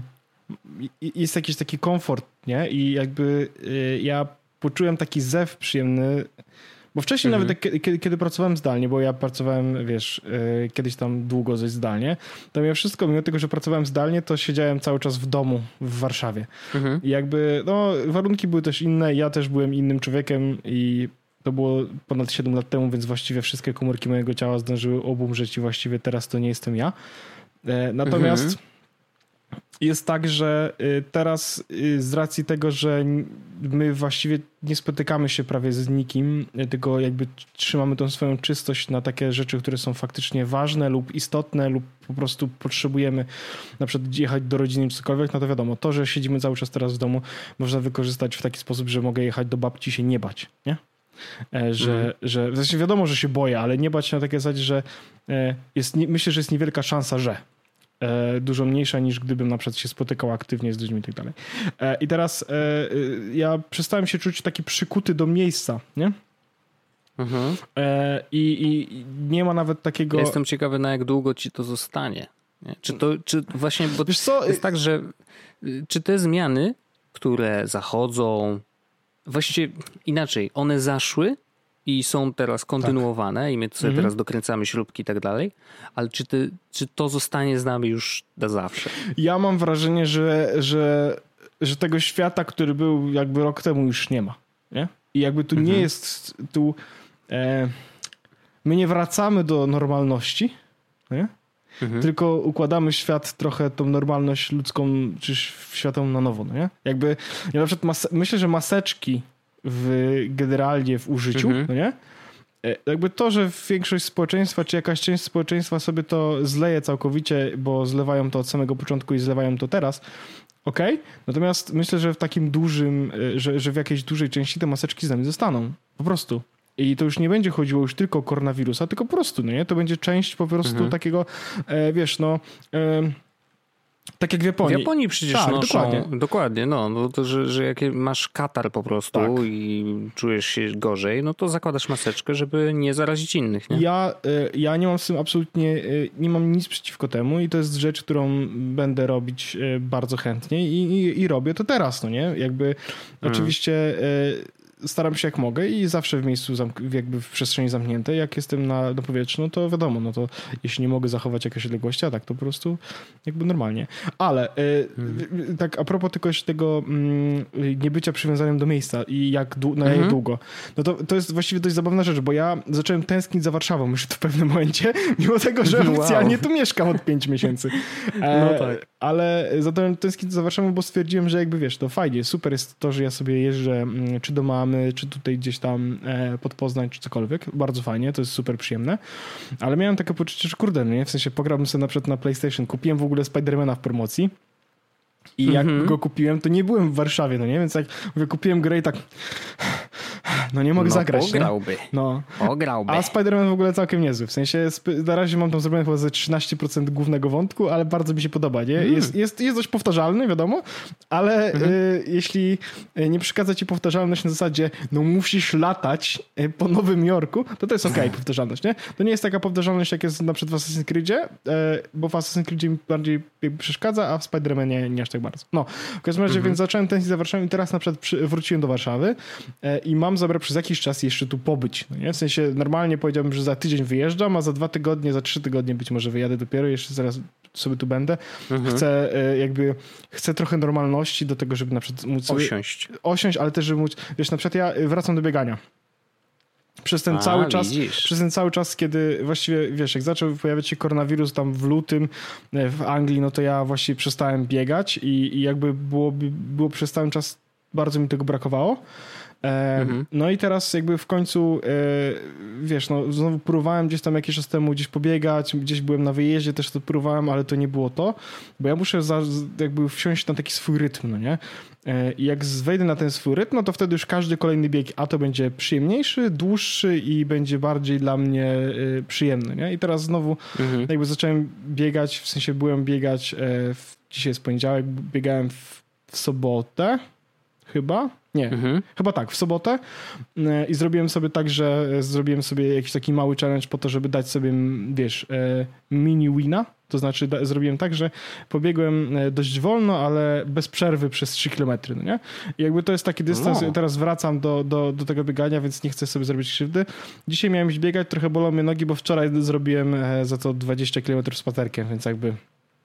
jest jakiś taki komfort, nie? I jakby y, ja poczułem taki zew przyjemny. Bo wcześniej mhm. nawet kiedy, kiedy pracowałem zdalnie, bo ja pracowałem, wiesz, yy, kiedyś tam długo coś zdalnie, to ja wszystko, mimo tego, że pracowałem zdalnie, to siedziałem cały czas w domu w Warszawie. Mhm. I jakby, no, warunki były też inne, ja też byłem innym człowiekiem i to było ponad siedem lat temu, więc właściwie wszystkie komórki mojego ciała zdążyły obumrzeć i właściwie teraz to nie jestem ja. Yy, natomiast... Mhm. Jest tak, że teraz z racji tego, że my właściwie nie spotykamy się prawie z nikim, tylko jakby trzymamy tą swoją czystość na takie rzeczy, które są faktycznie ważne lub istotne lub po prostu potrzebujemy na przykład jechać do rodziny czy cokolwiek, no to wiadomo, to, że siedzimy cały czas teraz w domu, można wykorzystać w taki sposób, że mogę jechać do babci się nie bać, nie? Że, mm. że w sensie wiadomo, że się boję, ale nie bać się na takiej zasadzie, że jest, myślę, że jest niewielka szansa, że dużo mniejsza niż gdybym na przykład się spotykał aktywnie z ludźmi i tak dalej. I teraz ja przestałem się czuć taki przykuty do miejsca, nie? Mhm. I, I nie ma nawet takiego... Ja jestem ciekawy, na jak długo ci to zostanie. Nie? Czy to, czy właśnie, bo wiesz co? Jest tak, że czy te zmiany, które zachodzą, właściwie inaczej, one zaszły i są teraz kontynuowane tak. i my sobie mhm. teraz dokręcamy śrubki i tak dalej, ale czy, ty, czy to zostanie z nami już na zawsze? Ja mam wrażenie, że, że, że tego świata, który był jakby rok temu, już nie ma. Nie? I jakby tu mhm. nie jest tu e, my nie wracamy do normalności, nie? Mhm. Tylko układamy świat trochę, tą normalność ludzką czy światową na nowo. Nie? Jakby ja na przykład mas- myślę, że maseczki w generalnie w użyciu, mhm. no nie? Jakby to, że większość społeczeństwa, czy jakaś część społeczeństwa sobie to zleje całkowicie, bo zlewają to od samego początku i zlewają to teraz, okej. Okay? Natomiast myślę, że w takim dużym, że, że w jakiejś dużej części te maseczki z nami zostaną. Po prostu. I to już nie będzie chodziło już tylko o koronawirusa, tylko po prostu, no nie? To będzie część po prostu mhm. takiego, e, wiesz, no... E, tak jak w Japonii. W Japonii przecież tak, noszą, dokładnie, dokładnie no, no to, że, że jak masz katar po prostu tak. i czujesz się gorzej, no to zakładasz maseczkę, żeby nie zarazić innych, nie? Ja, ja nie mam z tym absolutnie, nie mam nic przeciwko temu i to jest rzecz, którą będę robić bardzo chętnie i, i, i robię to teraz, no nie? Jakby hmm. oczywiście... staram się jak mogę i zawsze w miejscu, zamk- jakby w przestrzeni zamkniętej. Jak jestem na, na powietrzu, no to wiadomo, no to jeśli nie mogę zachować jakiejś odległości, a tak to po prostu jakby normalnie. Ale y, hmm. y, tak a propos tylko jeszcze tego y, niebycia przywiązanym do miejsca i jak dłu- na jak hmm. długo, no to, to jest właściwie dość zabawna rzecz, bo ja zacząłem tęsknić za Warszawą już w pewnym momencie, mimo tego, że wow. oficjalnie tu mieszkam od pięć miesięcy. E, no tak. Ale zacząłem tęsknić za Warszawą, bo stwierdziłem, że jakby wiesz, to fajnie, super jest to, że ja sobie jeżdżę czy do mamy, czy tutaj gdzieś tam pod Poznań, czy cokolwiek. Bardzo fajnie, to jest super przyjemne. Ale miałem takie poczucie, że kurde, nie? W sensie pograłbym sobie na przykład na PlayStation. Kupiłem w ogóle Spidermana w promocji. I jak mm-hmm. go kupiłem, to nie byłem w Warszawie, no nie? Więc jak mówię, kupiłem grę i tak no nie mogę no, zagrać. Pograłby. Nie? No. Pograłby. A Spider-Man w ogóle całkiem niezły. W sensie na razie mam tam zrobione chyba ze trzynaście procent głównego wątku, ale bardzo mi się podoba, nie? Mm. Jest, jest, jest dość powtarzalny, wiadomo, ale mm-hmm. y, jeśli nie przeszkadza ci powtarzalność na zasadzie no musisz latać po Nowym Jorku, to to jest okej, okay, powtarzalność, nie? To nie jest taka powtarzalność, jak jest na przykład w Assassin's Creedzie, y, bo w Assassin's Creedzie mi bardziej przeszkadza, a w Spider-Manie nie aż tak bardzo. No, w każdym razie, mm-hmm. więc zacząłem tęsknić za Warszawą i teraz na przykład przy, wróciłem do Warszawy y, i mam zamiar przez jakiś czas jeszcze tu pobyć. No nie? W sensie normalnie powiedziałbym, że za tydzień wyjeżdżam, a za dwa tygodnie, za trzy tygodnie być może wyjadę dopiero, jeszcze zaraz sobie tu będę. Mhm. Chcę jakby, chcę trochę normalności do tego, żeby na przykład móc... Osiąść. Osiąść, ale też, żeby móc... Wiesz, na przykład ja wracam do biegania. Przez ten, a, cały czas, przez ten cały czas, kiedy właściwie, wiesz, jak zaczął pojawiać się koronawirus tam w lutym w Anglii, no to ja właściwie przestałem biegać i, i jakby było, było przez cały czas bardzo mi tego brakowało. E, mhm. No i teraz jakby w końcu, e, wiesz, no znowu próbowałem gdzieś tam jakiś czas temu gdzieś pobiegać, gdzieś byłem na wyjeździe, też to próbowałem, ale to nie było to, bo ja muszę za, jakby wsiąść na taki swój rytm, no nie? E, I jak wejdę na ten swój rytm, no to wtedy już każdy kolejny bieg, a to będzie przyjemniejszy, dłuższy i będzie bardziej dla mnie e, przyjemny, nie? I teraz znowu mhm. jakby zacząłem biegać, w sensie byłem biegać, e, w, dzisiaj jest poniedziałek, biegałem w, w sobotę, chyba? Nie, mhm. chyba tak, w sobotę i zrobiłem sobie tak, że zrobiłem sobie jakiś taki mały challenge po to, żeby dać sobie, wiesz, mini wina, to znaczy da, zrobiłem tak, że pobiegłem dość wolno, ale bez przerwy przez trzy kilometry, no nie? I jakby to jest taki dystans, no. Teraz wracam do, do, do tego biegania, więc nie chcę sobie zrobić krzywdy. Dzisiaj miałem iść biegać, trochę bolą mnie nogi, bo wczoraj zrobiłem za to dwadzieścia kilometrów spacerkiem, więc jakby...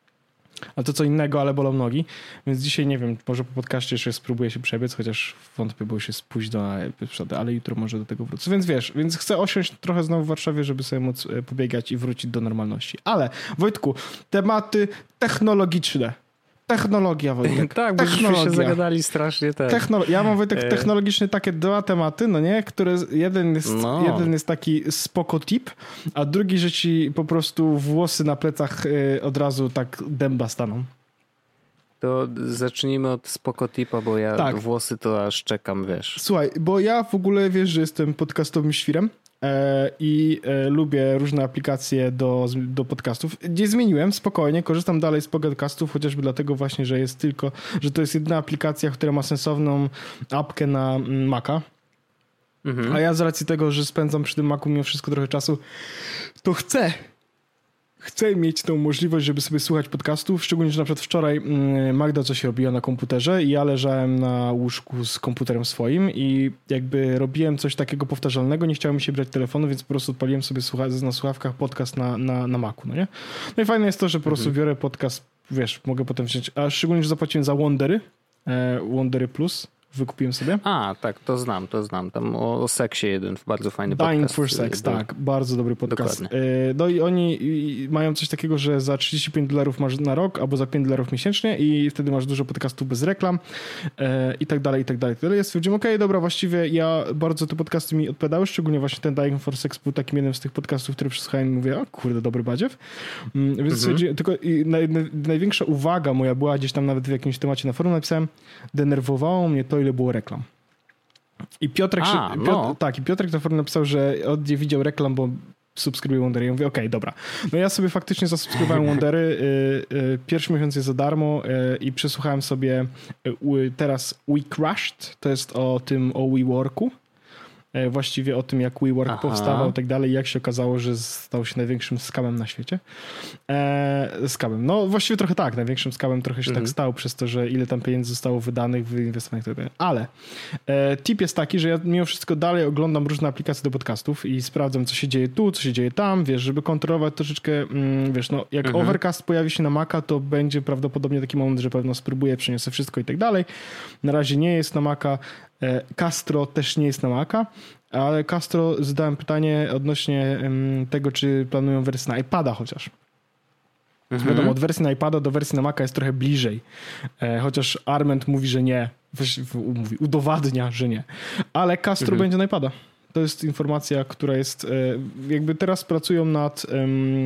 A to co innego, ale bolą nogi. Więc dzisiaj nie wiem, może po podcaście jeszcze spróbuję się przebiec, chociaż wątpię, bo już jest późno, ale jutro może do tego wrócę. Więc wiesz, więc chcę osiąść trochę znowu w Warszawie, żeby sobie móc pobiegać i wrócić do normalności. Ale Wojtku, tematy technologiczne. Technologia, Wojtek. Tak, bo się zagadali strasznie. Tak. Technolo- ja mam, Wojtek, technologicznie takie dwa tematy, no nie? Które jeden jest, no. jeden jest taki spoko tip, a drugi, że ci po prostu włosy na plecach y, od razu tak dęba staną. To zacznijmy od spoko tipa, bo ja tak. włosy to aż czekam, wiesz. Słuchaj, bo ja w ogóle, wiesz, że jestem podcastowym świrem. I e, lubię różne aplikacje do, do podcastów. Nie zmieniłem, spokojnie, korzystam dalej z podcastów, chociażby dlatego właśnie, że jest tylko, że to jest jedyna aplikacja, która ma sensowną apkę na Maca. Mhm. A ja z racji tego, że spędzam przy tym Macu mimo wszystko trochę czasu, to chcę Chcę mieć tą możliwość, żeby sobie słuchać podcastów, szczególnie, że na przykład wczoraj Magda coś robiła na komputerze i ja leżałem na łóżku z komputerem swoim i jakby robiłem coś takiego powtarzalnego, nie chciało mi się brać telefonu, więc po prostu odpaliłem sobie słucha- na słuchawkach podcast na, na, na Macu, no nie? No i fajne jest to, że po mhm. prostu biorę podcast, wiesz, mogę potem wziąć, a szczególnie, że zapłaciłem za Wondery, e, Wondery Plus, wykupiłem sobie. A, tak, to znam, to znam. Tam o, o seksie jeden, bardzo fajny podcast. Dying for Sex, był... tak, bardzo dobry podcast. Dokładnie. No i oni mają coś takiego, że za trzydzieści pięć dolarów masz na rok, albo za pięć dolarów miesięcznie i wtedy masz dużo podcastów bez reklam i tak dalej, i tak dalej. Ja stwierdziłem, okej, okay, dobra, właściwie ja bardzo te podcasty mi odpowiadały, szczególnie właśnie ten Dying for Sex był takim jednym z tych podcastów, które przesłuchałem i mówię, o kurde, dobry badziew. Więc mhm. stwierdziłem, tylko naj, naj, największa uwaga moja była gdzieś tam nawet w jakimś temacie na forum napisałem, denerwowało mnie to, ile było reklam. I Piotrek, A, się, Piotr, no. tak, i Piotrek na forum napisał, że on nie widział reklam, bo subskrybuje Wondery. Ja mówię, okej, okay, dobra. No ja sobie faktycznie zasubskrybowałem Wondery. Y, y, pierwszy miesiąc jest za darmo y, i przesłuchałem sobie y, teraz We Crashed. To jest o tym, o WeWorku. Właściwie o tym, jak WeWork Aha. powstawał i tak dalej, jak się okazało, że stał się największym skamem na świecie. Eee, skamem. No właściwie trochę tak, największym skamem trochę się mhm. tak stał przez to, że ile tam pieniędzy zostało wydanych, wyinwestowanych i tak dalej. Ale e, tip jest taki, że ja mimo wszystko dalej oglądam różne aplikacje do podcastów i sprawdzam, co się dzieje tu, co się dzieje tam, wiesz, żeby kontrolować troszeczkę, mm, wiesz, no jak mhm. Overcast pojawi się na Maca, to będzie prawdopodobnie taki moment, że pewno spróbuję, przeniosę wszystko i tak dalej. Na razie nie jest na Maca. Castro też nie jest na Maca, ale Castro zadałem pytanie odnośnie tego, czy planują wersję na iPada chociaż. Mhm. Wiadomo, od wersji na iPada do wersji na Maca jest trochę bliżej. Chociaż Arment mówi, że nie. Mówi, udowadnia, że nie. Ale Castro mhm. będzie na iPada. To jest informacja, która jest... Jakby teraz pracują nad... Um,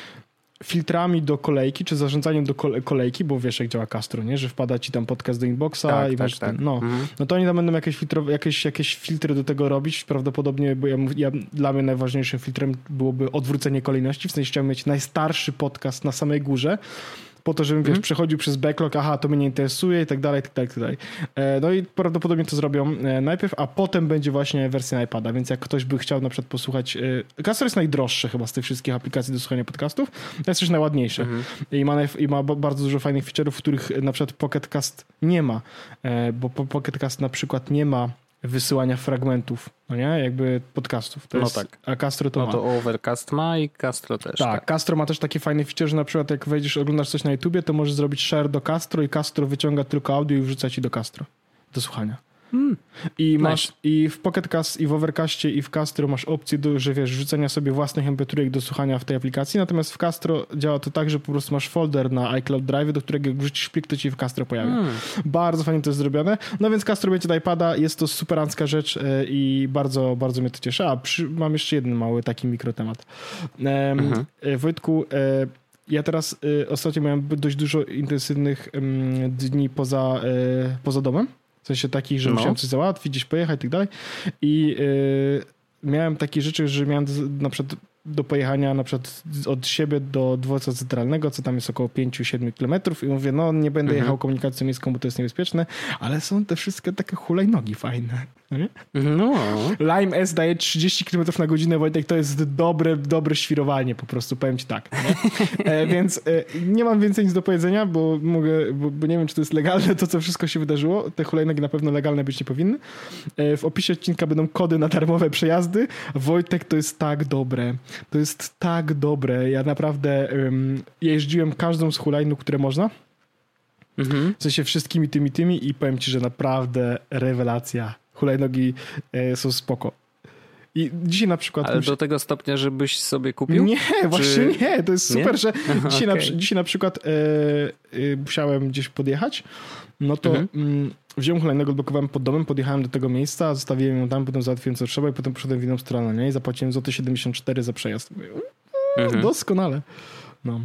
filtrami do kolejki, czy zarządzaniem do kolejki, bo wiesz, jak działa Castro, nie? Że wpada ci tam podcast do inboxa tak, i tak, masz tak. Ten, no. Mhm. no to oni tam będą jakieś, filtro, jakieś, jakieś filtry do tego robić, prawdopodobnie, bo ja, ja, dla mnie najważniejszym filtrem byłoby odwrócenie kolejności, w sensie chciałem mieć najstarszy podcast na samej górze, po to, żebym, wiesz, mm. przechodził przez backlog, aha, to mnie nie interesuje i tak dalej, i tak dalej, i tak dalej. No i prawdopodobnie to zrobią najpierw, a potem będzie właśnie wersja na iPada, więc jak ktoś by chciał na przykład posłuchać... Castro jest najdroższy chyba z tych wszystkich aplikacji do słuchania podcastów, to jest też najładniejsze mm. I, ma najf- i ma bardzo dużo fajnych feature'ów, których na przykład Pocket Cast nie ma, bo Pocket Cast na przykład nie ma wysyłania fragmentów, no nie? Jakby podcastów. To no jest, tak. A Castro to no ma. No to Overcast ma i Castro też. Tak, tak, Castro ma też taki fajny feature, że na przykład jak wejdziesz, oglądasz coś na YouTubie, to możesz zrobić share do Castro i Castro wyciąga tylko audio i wrzuca ci do Castro, do słuchania. Hmm. I Nice. masz i w Pocket Cast, i w Overcastie, i w Castro masz opcję, do, że wiesz, rzucenia sobie własnych em pe trzy do słuchania w tej aplikacji, natomiast w Castro działa to tak, że po prostu masz folder na iCloud Drive, do którego jak wrzucisz plik, to ci w Castro pojawia. Hmm. Bardzo fajnie to jest zrobione. No więc Castro będzie do iPada, jest to superancka rzecz e, i bardzo, bardzo mnie to cieszy. A przy, mam jeszcze jeden mały taki mikrotemat. E, Mhm. e, Wojtku, e, ja teraz e, ostatnio miałem dość dużo intensywnych em, dni poza, e, poza domem. W sensie takich, że No. musiałem coś załatwić, gdzieś pojechać i tak dalej. I e, miałem takie rzeczy, że miałem z- na przykład do pojechania na przykład od siebie do dworca centralnego, co tam jest około pięć siedem kilometrów i mówię, no nie będę Mhm. jechał komunikacją miejską, bo to jest niebezpieczne, ale są te wszystkie takie hulajnogi fajne. No nie? No. Lime S daje trzydzieści kilometrów na godzinę, Wojtek, to jest dobre, dobre świrowanie po prostu, powiem ci tak. Nie? E, więc e, nie mam więcej nic do powiedzenia, bo mogę, bo, bo nie wiem, czy to jest legalne, to co wszystko się wydarzyło. Te hulajnogi na pewno legalne być nie powinny. E, w opisie odcinka będą kody na darmowe przejazdy. Wojtek, to jest tak dobre. To jest tak dobre. Ja naprawdę um, jeździłem każdą z hulajnóg, które można. Mhm. W sensie wszystkimi tymi, tymi i powiem ci, że naprawdę rewelacja. Hulajnogi e, są spoko. I dzisiaj na przykład... Ale muszę- do tego stopnia, żebyś sobie kupił? Nie, właśnie Czy- nie. To jest Nie? super, że dzisiaj, na, Okej. przy- dzisiaj na przykład e, e, musiałem gdzieś podjechać, no to Mhm. mm, wziąłem hulajnogę, odblokowałem pod domem, podjechałem do tego miejsca, zostawiłem ją tam, potem załatwiłem co trzeba i potem poszedłem w inną stronę, nie? I zapłaciłem złoty siedemdziesiąt cztery za przejazd. Mówię, Mhm. doskonale. No.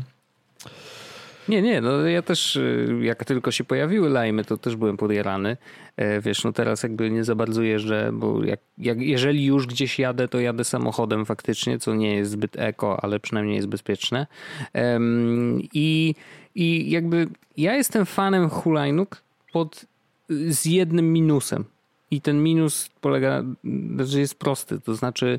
Nie, nie, no ja też y, jak tylko się pojawiły lajmy, to też byłem podjarany. E, Wiesz, no teraz jakby nie za bardzo jeżdżę, bo jak, jak, jeżeli już gdzieś jadę, to jadę samochodem faktycznie, co nie jest zbyt eko, ale przynajmniej jest bezpieczne. Em, I, i jakby ja jestem fanem hulajnóg pod, z jednym minusem. I ten minus polega, że jest prosty, to znaczy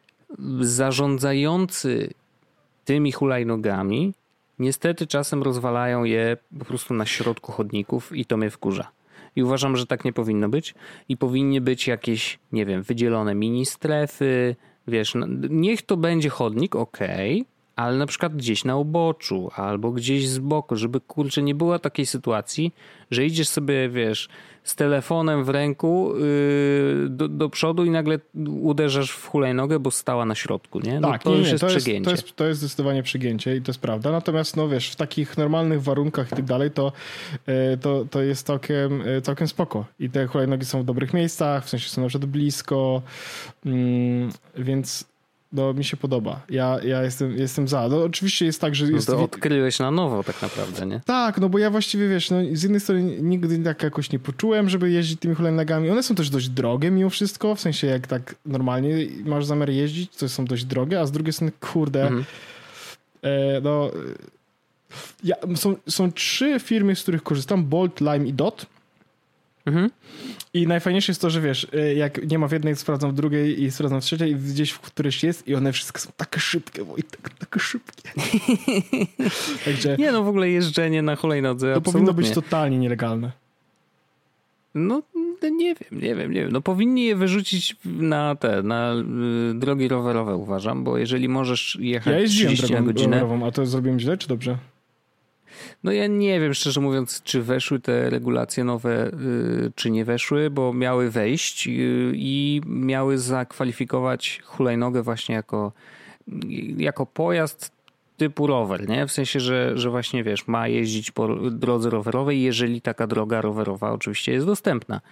zarządzający tymi hulajnogami niestety czasem rozwalają je po prostu na środku chodników i to mnie wkurza. I uważam, że tak nie powinno być. I powinny być jakieś, nie wiem, wydzielone mini strefy. Wiesz, no, niech to będzie chodnik, okej, ale na przykład gdzieś na uboczu albo gdzieś z boku, żeby kurczę nie było takiej sytuacji, że idziesz sobie, wiesz, z telefonem w ręku yy, do, do przodu i nagle uderzasz w hulajnogę, bo stała na środku, nie? No Tak, to nie, już nie, jest to, jest, przegięcie. to, jest, to jest zdecydowanie przegięcie i to jest prawda. Natomiast, no wiesz, w takich normalnych warunkach i tak dalej, to, e, to, to jest całkiem, e, całkiem spoko. I te hulajnogi są w dobrych miejscach, w sensie są na przykład blisko, mm, więc no, mi się podoba. Ja, ja jestem, jestem za. No, oczywiście jest tak, że No jest... to odkryłeś na nowo tak naprawdę, nie? Tak, no bo ja właściwie, wiesz, no z jednej strony nigdy tak jakoś nie poczułem, żeby jeździć tymi hulajnogami. One są też dość drogie mimo wszystko, w sensie jak tak normalnie masz zamiar jeździć, to są dość drogie, a z drugiej strony, kurde, Mhm. e, no... Ja, są, są trzy firmy, z których korzystam, Bolt, Lime i Dot. Mhm. I najfajniejsze jest to, że wiesz, jak nie ma w jednej, sprawdzam w drugiej i sprawdzam w trzeciej i gdzieś w którejś jest i one wszystkie są takie szybkie, Wojtek, takie szybkie. Także Nie, no w ogóle jeżdżenie na hulajnodze to absolutnie. powinno być totalnie nielegalne. No nie wiem, nie wiem, nie wiem. No powinni je wyrzucić na te, na y, drogi rowerowe uważam, bo jeżeli możesz jechać Ja jeździłem trzydzieści na drogą godzinę, rowerową, a to zrobiłem źle czy dobrze? no ja nie wiem szczerze mówiąc, czy weszły te regulacje nowe, y, czy nie weszły, bo miały wejść y, i miały zakwalifikować hulajnogę właśnie jako, jako pojazd typu rower, nie? W sensie, że, że właśnie wiesz, ma jeździć po drodze rowerowej, jeżeli taka droga rowerowa oczywiście jest dostępna.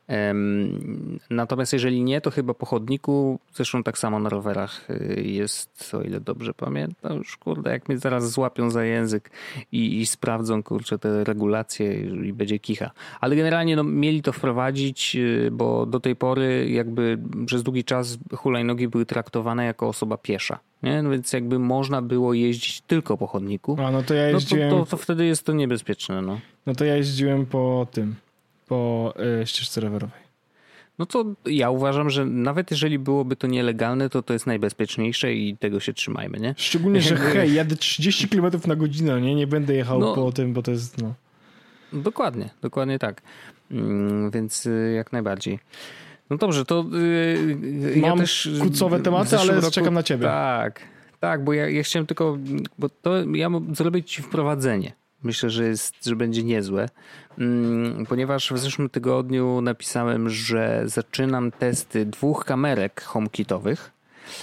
Um, natomiast jeżeli nie, to chyba po chodniku, zresztą tak samo na rowerach jest, o ile dobrze pamiętam, już kurde, jak mnie zaraz złapią za język i, i sprawdzą, kurczę, te regulacje i będzie kicha. Ale generalnie no, mieli to wprowadzić, bo do tej pory jakby przez długi czas hulajnogi były traktowane jako osoba piesza. Nie? No więc jakby można było jeździć tylko po chodniku, A no to ja no to, jeździłem, to, to wtedy jest to niebezpieczne. No. no to ja jeździłem po tym, po y, ścieżce rowerowej. no to ja uważam, że nawet jeżeli byłoby to nielegalne, to to jest najbezpieczniejsze i tego się trzymajmy, nie? Szczególnie, że hej, jadę trzydzieści kilometrów na godzinę, nie? Nie będę jechał No. po tym, bo to jest, no... Dokładnie, dokładnie tak. Mm, więc y, jak najbardziej. No dobrze, to yy, ja Mam też... kucowe w tematy, zeszłym ale roku- czekam na ciebie. Tak, tak, bo ja, ja chciałem tylko, bo to ja mam zrobić ci wprowadzenie. Myślę, że, jest, że będzie niezłe, ponieważ w zeszłym tygodniu napisałem, że zaczynam testy dwóch kamerek HomeKitowych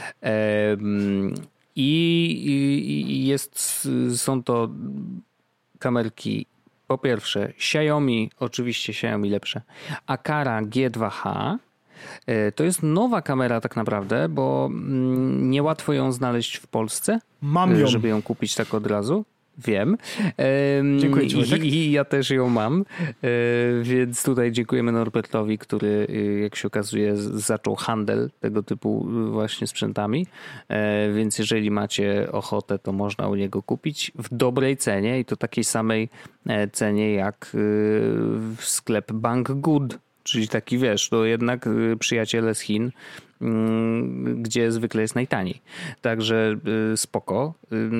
i jest, są to kamerki po pierwsze Xiaomi, oczywiście Xiaomi lepsze, Aqara G dwa H. To jest nowa kamera tak naprawdę, bo niełatwo ją znaleźć w Polsce. Mam ją. Żeby ją kupić tak od razu. Wiem. Dziękuję ci, I, I ja też ją mam, więc tutaj dziękujemy Norbertowi, który jak się okazuje zaczął handel tego typu właśnie sprzętami, więc jeżeli macie ochotę, to można u niego kupić w dobrej cenie i to takiej samej cenie jak w sklep Banggood, czyli taki wiesz, to jednak przyjaciele z Chin, gdzie zwykle jest najtaniej. Także spoko.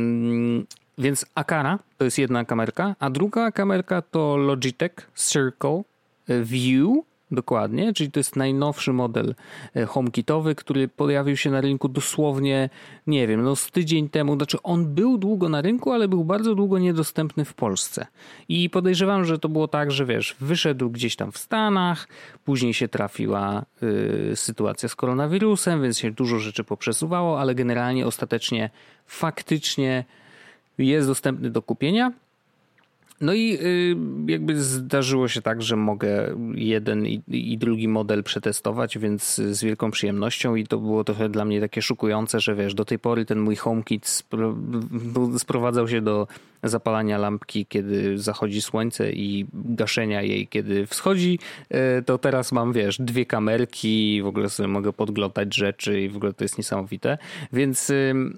Więc Aqara to jest jedna kamerka, a druga kamerka to Logitech Circle View, dokładnie, czyli to jest najnowszy model HomeKitowy, który pojawił się na rynku dosłownie, nie wiem, no z tydzień temu. Znaczy on był długo na rynku, ale był bardzo długo niedostępny w Polsce. I podejrzewam, że to było tak, że wiesz, wyszedł gdzieś tam w Stanach, później się trafiła y, sytuacja z koronawirusem, więc się dużo rzeczy poprzesuwało, ale generalnie ostatecznie faktycznie jest dostępny do kupienia. No i jakby zdarzyło się tak, że mogę jeden i, i drugi model przetestować, więc z wielką przyjemnością i to było trochę dla mnie takie szokujące, że wiesz, do tej pory ten mój HomeKit spro- sprowadzał się do zapalania lampki, kiedy zachodzi słońce i gaszenia jej, kiedy wschodzi, to teraz mam, wiesz, dwie kamerki i w ogóle sobie mogę podglądać rzeczy i w ogóle to jest niesamowite, więc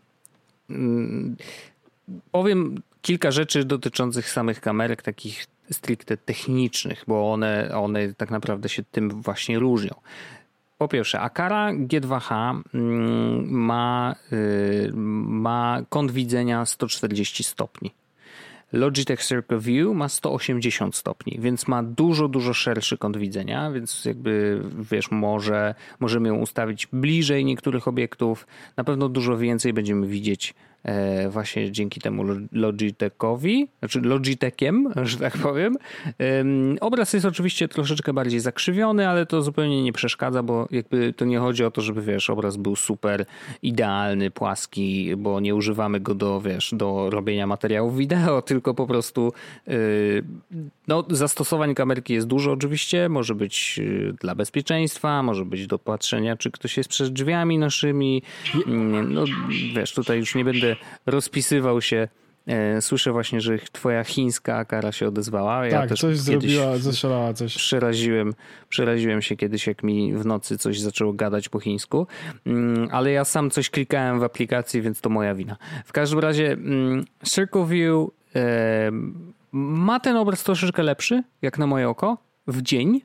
yy, powiem kilka rzeczy dotyczących samych kamerek, takich stricte technicznych, bo one, one tak naprawdę się tym właśnie różnią. Po pierwsze, Aqara G dwa H ma, ma kąt widzenia sto czterdzieści stopni. Logitech Circle View ma sto osiemdziesiąt stopni, więc ma dużo, dużo szerszy kąt widzenia, więc jakby wiesz, może, możemy ją ustawić bliżej niektórych obiektów. Na pewno dużo więcej będziemy widzieć e, właśnie dzięki temu Logitechowi, znaczy Logitechem, że tak powiem. E, obraz jest oczywiście troszeczkę bardziej zakrzywiony, ale to zupełnie nie przeszkadza, bo jakby to nie chodzi o to, żeby wiesz, obraz był super idealny, płaski, bo nie używamy go do, wiesz, do robienia materiałów wideo, tylko po prostu yy, no, zastosowań kamerki jest dużo oczywiście, może być yy, dla bezpieczeństwa, może być do patrzenia, czy ktoś jest przed drzwiami naszymi. Yy, no wiesz, tutaj już nie będę rozpisywał się. Yy, słyszę właśnie, że twoja chińska Aqara się odezwała. Ja tak, też coś zrobiła, zastrzelała coś. Przeraziłem, przeraziłem się kiedyś, jak mi w nocy coś zaczęło gadać po chińsku, yy, ale ja sam coś klikałem w aplikacji, więc to moja wina. W każdym razie yy, Circle View ma ten obraz troszeczkę lepszy, jak na moje oko, w dzień,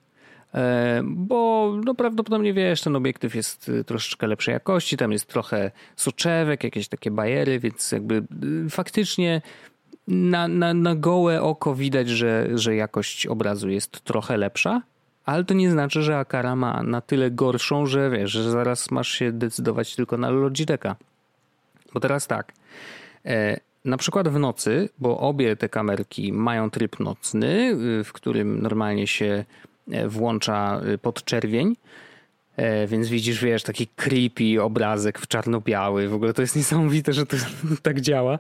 bo no prawdopodobnie wiesz, ten obiektyw jest troszeczkę lepszej jakości, tam jest trochę soczewek, jakieś takie bajery, więc jakby faktycznie na, na, na gołe oko widać, że, że jakość obrazu jest trochę lepsza, ale to nie znaczy, że Aqara ma na tyle gorszą, że wiesz, że zaraz masz się decydować tylko na Logitecha. Bo teraz tak, na przykład w nocy, bo obie te kamerki mają tryb nocny, w którym normalnie się włącza podczerwień, więc widzisz, wiesz, taki creepy obrazek w czarno-biały. W ogóle to jest niesamowite, że to tak działa.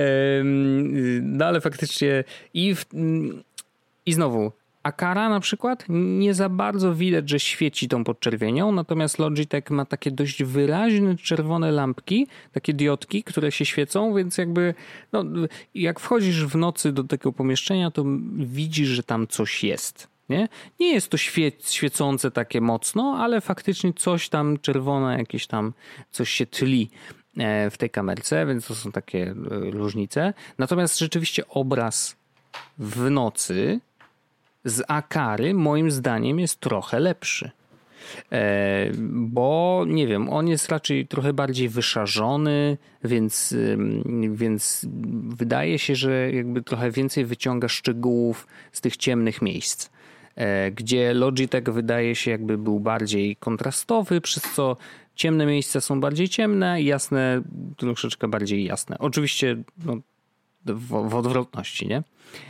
No ale faktycznie i, w, i znowu Aqara na przykład nie za bardzo widać, że świeci tą podczerwienią, natomiast Logitech ma takie dość wyraźne czerwone lampki, takie diodki, które się świecą, więc jakby no, jak wchodzisz w nocy do takiego pomieszczenia, to widzisz, że tam coś jest. Nie, nie jest to świe- świecące takie mocno, ale faktycznie coś tam czerwone, jakieś tam coś się tli w tej kamerce, więc to są takie różnice. Natomiast rzeczywiście obraz w nocy z Aqary moim zdaniem jest trochę lepszy. E, bo nie wiem, on jest raczej trochę bardziej wyszarzony, więc, więc wydaje się, że jakby trochę więcej wyciąga szczegółów z tych ciemnych miejsc. E, gdzie Logitech wydaje się jakby był bardziej kontrastowy, przez co ciemne miejsca są bardziej ciemne, jasne troszeczkę bardziej jasne. Oczywiście no, w, w odwrotności, nie?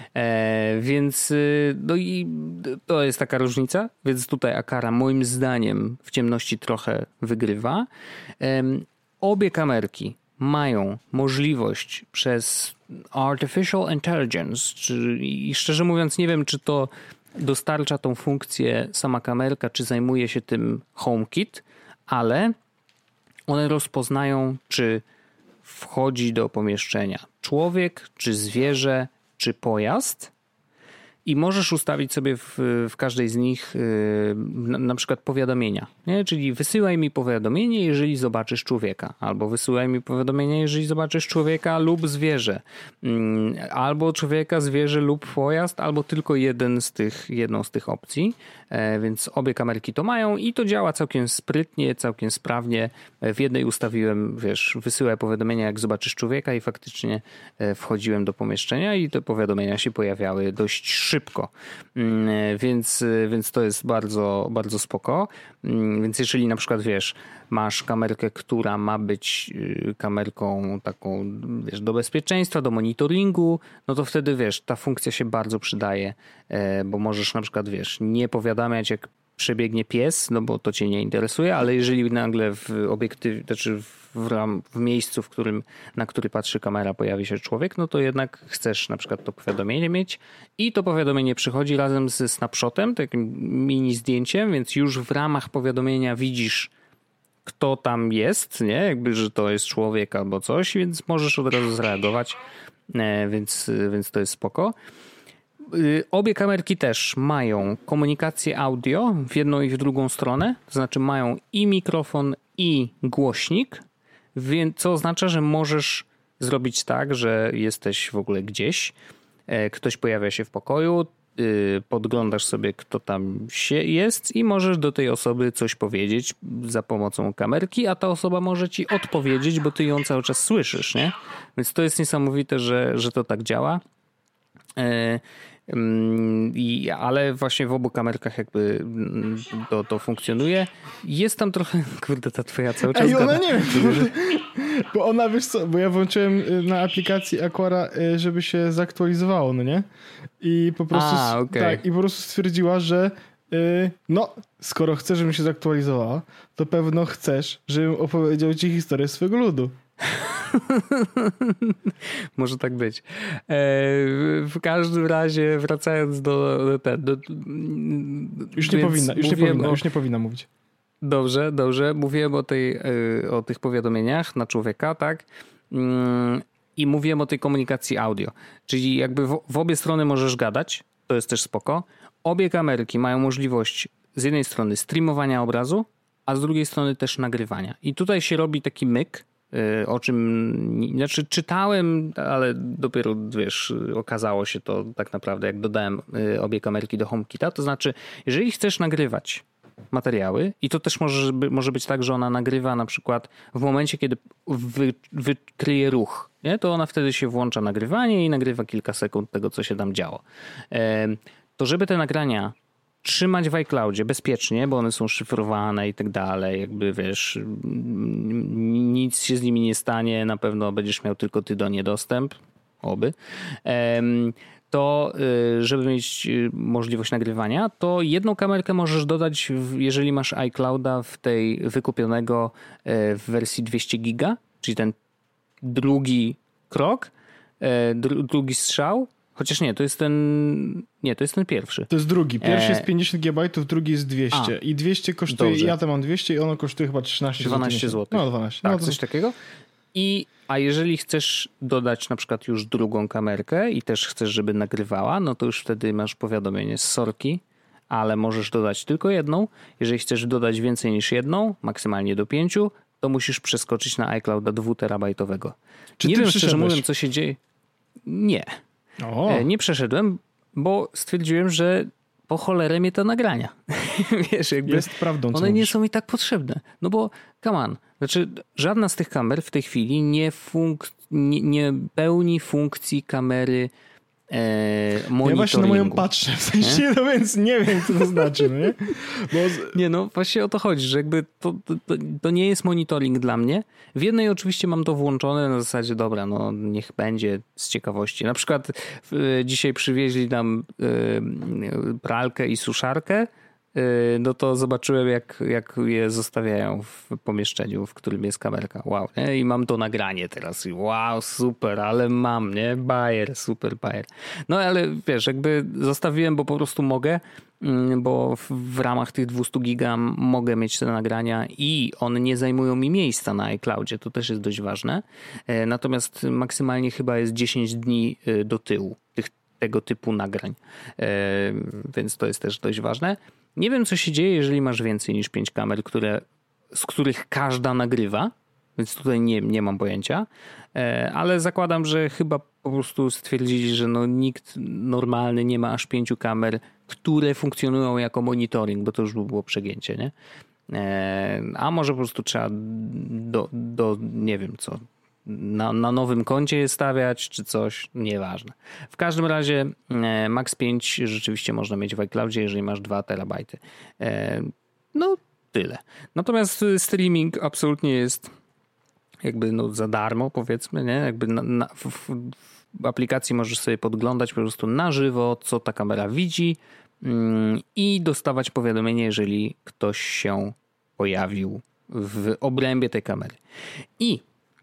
E, więc no i to jest taka różnica, więc tutaj Aqara moim zdaniem w ciemności trochę wygrywa. E, obie kamerki mają możliwość przez Artificial Intelligence, czy, i szczerze mówiąc nie wiem, czy to dostarcza tą funkcję sama kamerka, czy zajmuje się tym HomeKit, ale one rozpoznają, czy wchodzi do pomieszczenia człowiek, czy zwierzę, czy pojazd i możesz ustawić sobie w, w każdej z nich yy, na, na przykład powiadomienia, nie? Czyli wysyłaj mi powiadomienie, jeżeli zobaczysz człowieka, albo wysyłaj mi powiadomienie, jeżeli zobaczysz człowieka lub zwierzę, yy, albo człowieka, zwierzę lub pojazd, albo tylko jeden z tych, jedną z tych opcji, yy, więc obie kamerki to mają i to działa całkiem sprytnie, całkiem sprawnie. W jednej ustawiłem, wiesz, wysyłaj powiadomienia, jak zobaczysz człowieka i faktycznie yy, wchodziłem do pomieszczenia i te powiadomienia się pojawiały dość szybko, więc, więc to jest bardzo, bardzo spoko. Więc jeżeli na przykład wiesz, masz kamerkę, która ma być kamerką taką, wiesz, do bezpieczeństwa, do monitoringu, no to wtedy wiesz, ta funkcja się bardzo przydaje, bo możesz na przykład wiesz, nie powiadamiać jak przebiegnie pies, no bo to cię nie interesuje, ale jeżeli nagle w obiektywie, znaczy w, ram, w miejscu, w którym, na który patrzy kamera, pojawi się człowiek, no to jednak chcesz na przykład to powiadomienie mieć i to powiadomienie przychodzi razem ze snapshotem, takim mini zdjęciem, więc już w ramach powiadomienia widzisz, kto tam jest, nie? Jakby, że to jest człowiek albo coś, więc możesz od razu zareagować, więc, więc to jest spoko. Obie kamerki też mają komunikację audio w jedną i w drugą stronę, to znaczy mają i mikrofon, i głośnik, więc co oznacza, że możesz zrobić tak, że jesteś w ogóle gdzieś, ktoś pojawia się w pokoju, podglądasz sobie, kto tam się jest i możesz do tej osoby coś powiedzieć za pomocą kamerki, a ta osoba może ci odpowiedzieć, bo ty ją cały czas słyszysz, nie? Więc to jest niesamowite, że, że to tak działa. I, ale właśnie w obu kamerkach jakby to, to funkcjonuje. Jest tam trochę, kurde, ta twoja cały czas Ej, ona gada. nie wiem, że... bo ona, wiesz co, bo ja włączyłem na aplikacji Aqara, żeby się zaktualizowało, no nie? I po prostu, A, okay. tak, i po prostu stwierdziła, że no, skoro chcesz, żebym się zaktualizowała, to pewno chcesz, żebym opowiedział ci historię swojego ludu. Może tak być. W każdym razie wracając do... do, do, do już nie powinna, już nie powinna, o... już nie powinna mówić. Dobrze, dobrze. Mówiłem o, tej, o tych powiadomieniach na człowieka, tak? I mówiłem o tej komunikacji audio. Czyli jakby w, w obie strony możesz gadać, to jest też spoko. Obie kamerki mają możliwość z jednej strony streamowania obrazu, a z drugiej strony też nagrywania. I tutaj się robi taki myk, o czym, znaczy czytałem, ale dopiero, wiesz, okazało się to tak naprawdę, jak dodałem obie kamerki do HomeKita. To znaczy, jeżeli chcesz nagrywać materiały i to też może, może być tak, że ona nagrywa na przykład w momencie, kiedy wy, wykryje ruch, nie? To ona wtedy się włącza nagrywanie i nagrywa kilka sekund tego, co się tam działo. To żeby te nagrania trzymać w iCloudzie bezpiecznie, bo one są szyfrowane i tak dalej, jakby wiesz, nic się z nimi nie stanie, na pewno będziesz miał tylko ty do niej dostęp, oby, to żeby mieć możliwość nagrywania, to jedną kamerkę możesz dodać, jeżeli masz iClouda w tej wykupionego w wersji dwieście giga, czyli ten drugi krok, drugi strzał. Chociaż nie, to jest ten... Nie, to jest ten pierwszy. To jest drugi. Pierwszy jest pięćdziesiąt gigabajtów, drugi jest dwieście. A, i dwieście kosztuje... Dobrze. Ja tam mam dwieście i ono kosztuje chyba trzynaście złotych. dwanaście złotych. No, dwanaście. Tak, no, to... coś takiego. I, a jeżeli chcesz dodać na przykład już drugą kamerkę i też chcesz, żeby nagrywała, no to już wtedy masz powiadomienie z sorki, ale możesz dodać tylko jedną. Jeżeli chcesz dodać więcej niż jedną, maksymalnie do pięciu, to musisz przeskoczyć na iClouda dwuterabajtowego. Czy nie ty wiem, szczerze mówiąc, co się dzieje. Nie. O. Nie przeszedłem, bo stwierdziłem, że po cholerę mnie te nagrania. Wiesz, jakby jest prawdą, co one mówisz. nie są mi tak potrzebne. No bo, come on, znaczy żadna z tych kamer w tej chwili nie, funk- nie, nie pełni funkcji kamery monitoringu. Ja właśnie na moją patrzę, w sensie, nie? No więc nie wiem, co to znaczy, no nie? Bo z... Nie, no właśnie o to chodzi, że jakby to, to, to nie jest monitoring dla mnie. W jednej oczywiście mam to włączone na zasadzie, dobra, no niech będzie z ciekawości. Na przykład y, dzisiaj przywieźli nam y, pralkę i suszarkę, y, no to zobaczyłem, jak, jak je zostawiają w pomieszczeniu, w którym jest kamerka. Wow, nie? I mam to nagranie teraz. I wow, super, ale mam, nie? Bajer, super bajer. No ale wiesz, jakby zostawiłem, bo po prostu mogę, bo w, w ramach tych dwieście giga mogę mieć te nagrania i one nie zajmują mi miejsca na iCloudzie, to też jest dość ważne. Natomiast maksymalnie chyba jest dziesięć dni do tyłu tych, tego typu nagrań, więc to jest też dość ważne. Nie wiem, co się dzieje, jeżeli masz więcej niż pięć kamer, które, z których każda nagrywa, więc tutaj nie, nie mam pojęcia, ale zakładam, że chyba po prostu stwierdzili, że no nikt normalny nie ma aż pięciu kamer, które funkcjonują jako monitoring, bo to już by było przegięcie, nie? A może po prostu trzeba do, do nie wiem co, na, na nowym koncie je stawiać, czy coś, nieważne. W każdym razie Max pięć rzeczywiście można mieć w iCloudzie, jeżeli masz dwa terabajty. No tyle. Natomiast streaming absolutnie jest jakby no za darmo, powiedzmy, nie? Jakby na, na, w, w aplikacji możesz sobie podglądać po prostu na żywo, co ta kamera widzi yy, i dostawać powiadomienie, jeżeli ktoś się pojawił w obrębie tej kamery. I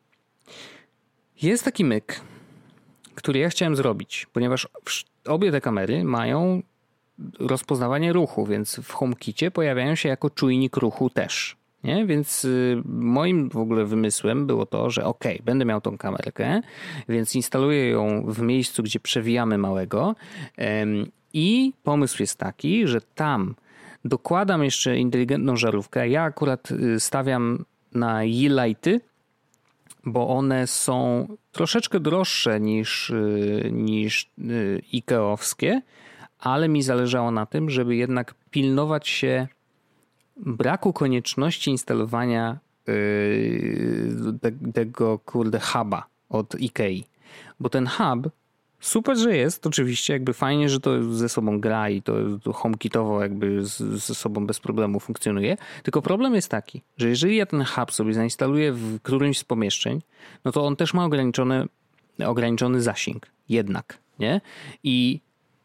jest taki myk, który ja chciałem zrobić, ponieważ obie te kamery mają rozpoznawanie ruchu, więc w HomeKicie pojawiają się jako czujnik ruchu też. Nie? Więc moim w ogóle wymysłem było to, że ok, będę miał tą kamerkę, więc instaluję ją w miejscu, gdzie przewijamy małego i pomysł jest taki, że tam dokładam jeszcze inteligentną żarówkę. Ja akurat stawiam na Yeelighty, bo one są troszeczkę droższe niż, niż Ikeowskie, ale mi zależało na tym, żeby jednak pilnować się braku konieczności instalowania yy, te, tego kurde huba od Ikei. Bo ten hub super, że jest, oczywiście, jakby fajnie, że to ze sobą gra i to, to HomeKitowo jakby z, ze sobą bez problemu funkcjonuje. Tylko problem jest taki, że jeżeli ja ten hub sobie zainstaluję w którymś z pomieszczeń, no to on też ma ograniczony, ograniczony zasięg. Jednak, nie? I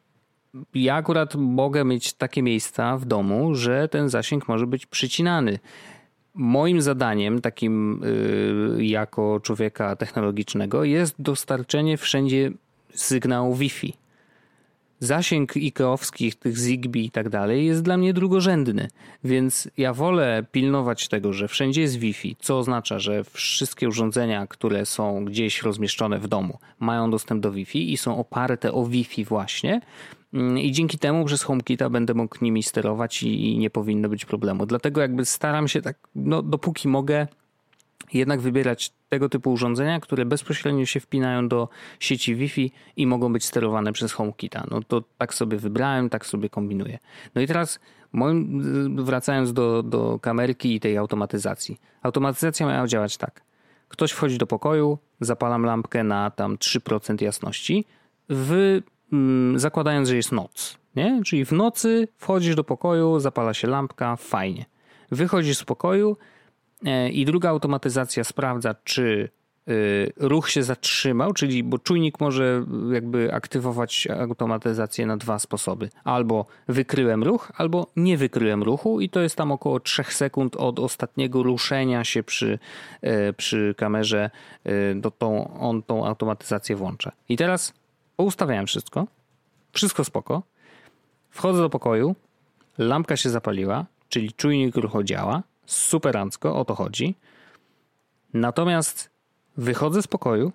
ja akurat mogę mieć takie miejsca w domu, że ten zasięg może być przycinany. Moim zadaniem takim yy, jako człowieka technologicznego jest dostarczenie wszędzie sygnału Wi-Fi. Zasięg ikeowskich, tych Zigbee i tak dalej jest dla mnie drugorzędny, więc ja wolę pilnować tego, że wszędzie jest Wi-Fi, co oznacza, że wszystkie urządzenia, które są gdzieś rozmieszczone w domu, mają dostęp do Wi-Fi i są oparte o Wi-Fi właśnie i dzięki temu przez HomeKita będę mógł nimi sterować i nie powinno być problemu. Dlatego jakby staram się tak, no dopóki mogę, jednak wybierać tego typu urządzenia, które bezpośrednio się wpinają do sieci Wi-Fi i mogą być sterowane przez HomeKita. No to tak sobie wybrałem, tak sobie kombinuję. No i teraz moim, wracając do, do kamerki i tej automatyzacji. Automatyzacja miała działać tak. Ktoś wchodzi do pokoju, zapalam lampkę na tam trzy procent jasności, w, mm, zakładając, że jest noc. Nie? Czyli w nocy wchodzisz do pokoju, zapala się lampka, fajnie. Wychodzisz z pokoju, i druga automatyzacja sprawdza, czy ruch się zatrzymał, czyli bo czujnik może jakby aktywować automatyzację na dwa sposoby. Albo wykryłem ruch, albo nie wykryłem ruchu i to jest tam około trzech sekund od ostatniego ruszenia się przy, przy kamerze, do tą, on tą automatyzację włącza. I teraz poustawiałem wszystko, wszystko spoko, wchodzę do pokoju, lampka się zapaliła, czyli czujnik ruchu działa, superancko, o to chodzi. Natomiast wychodzę z pokoju,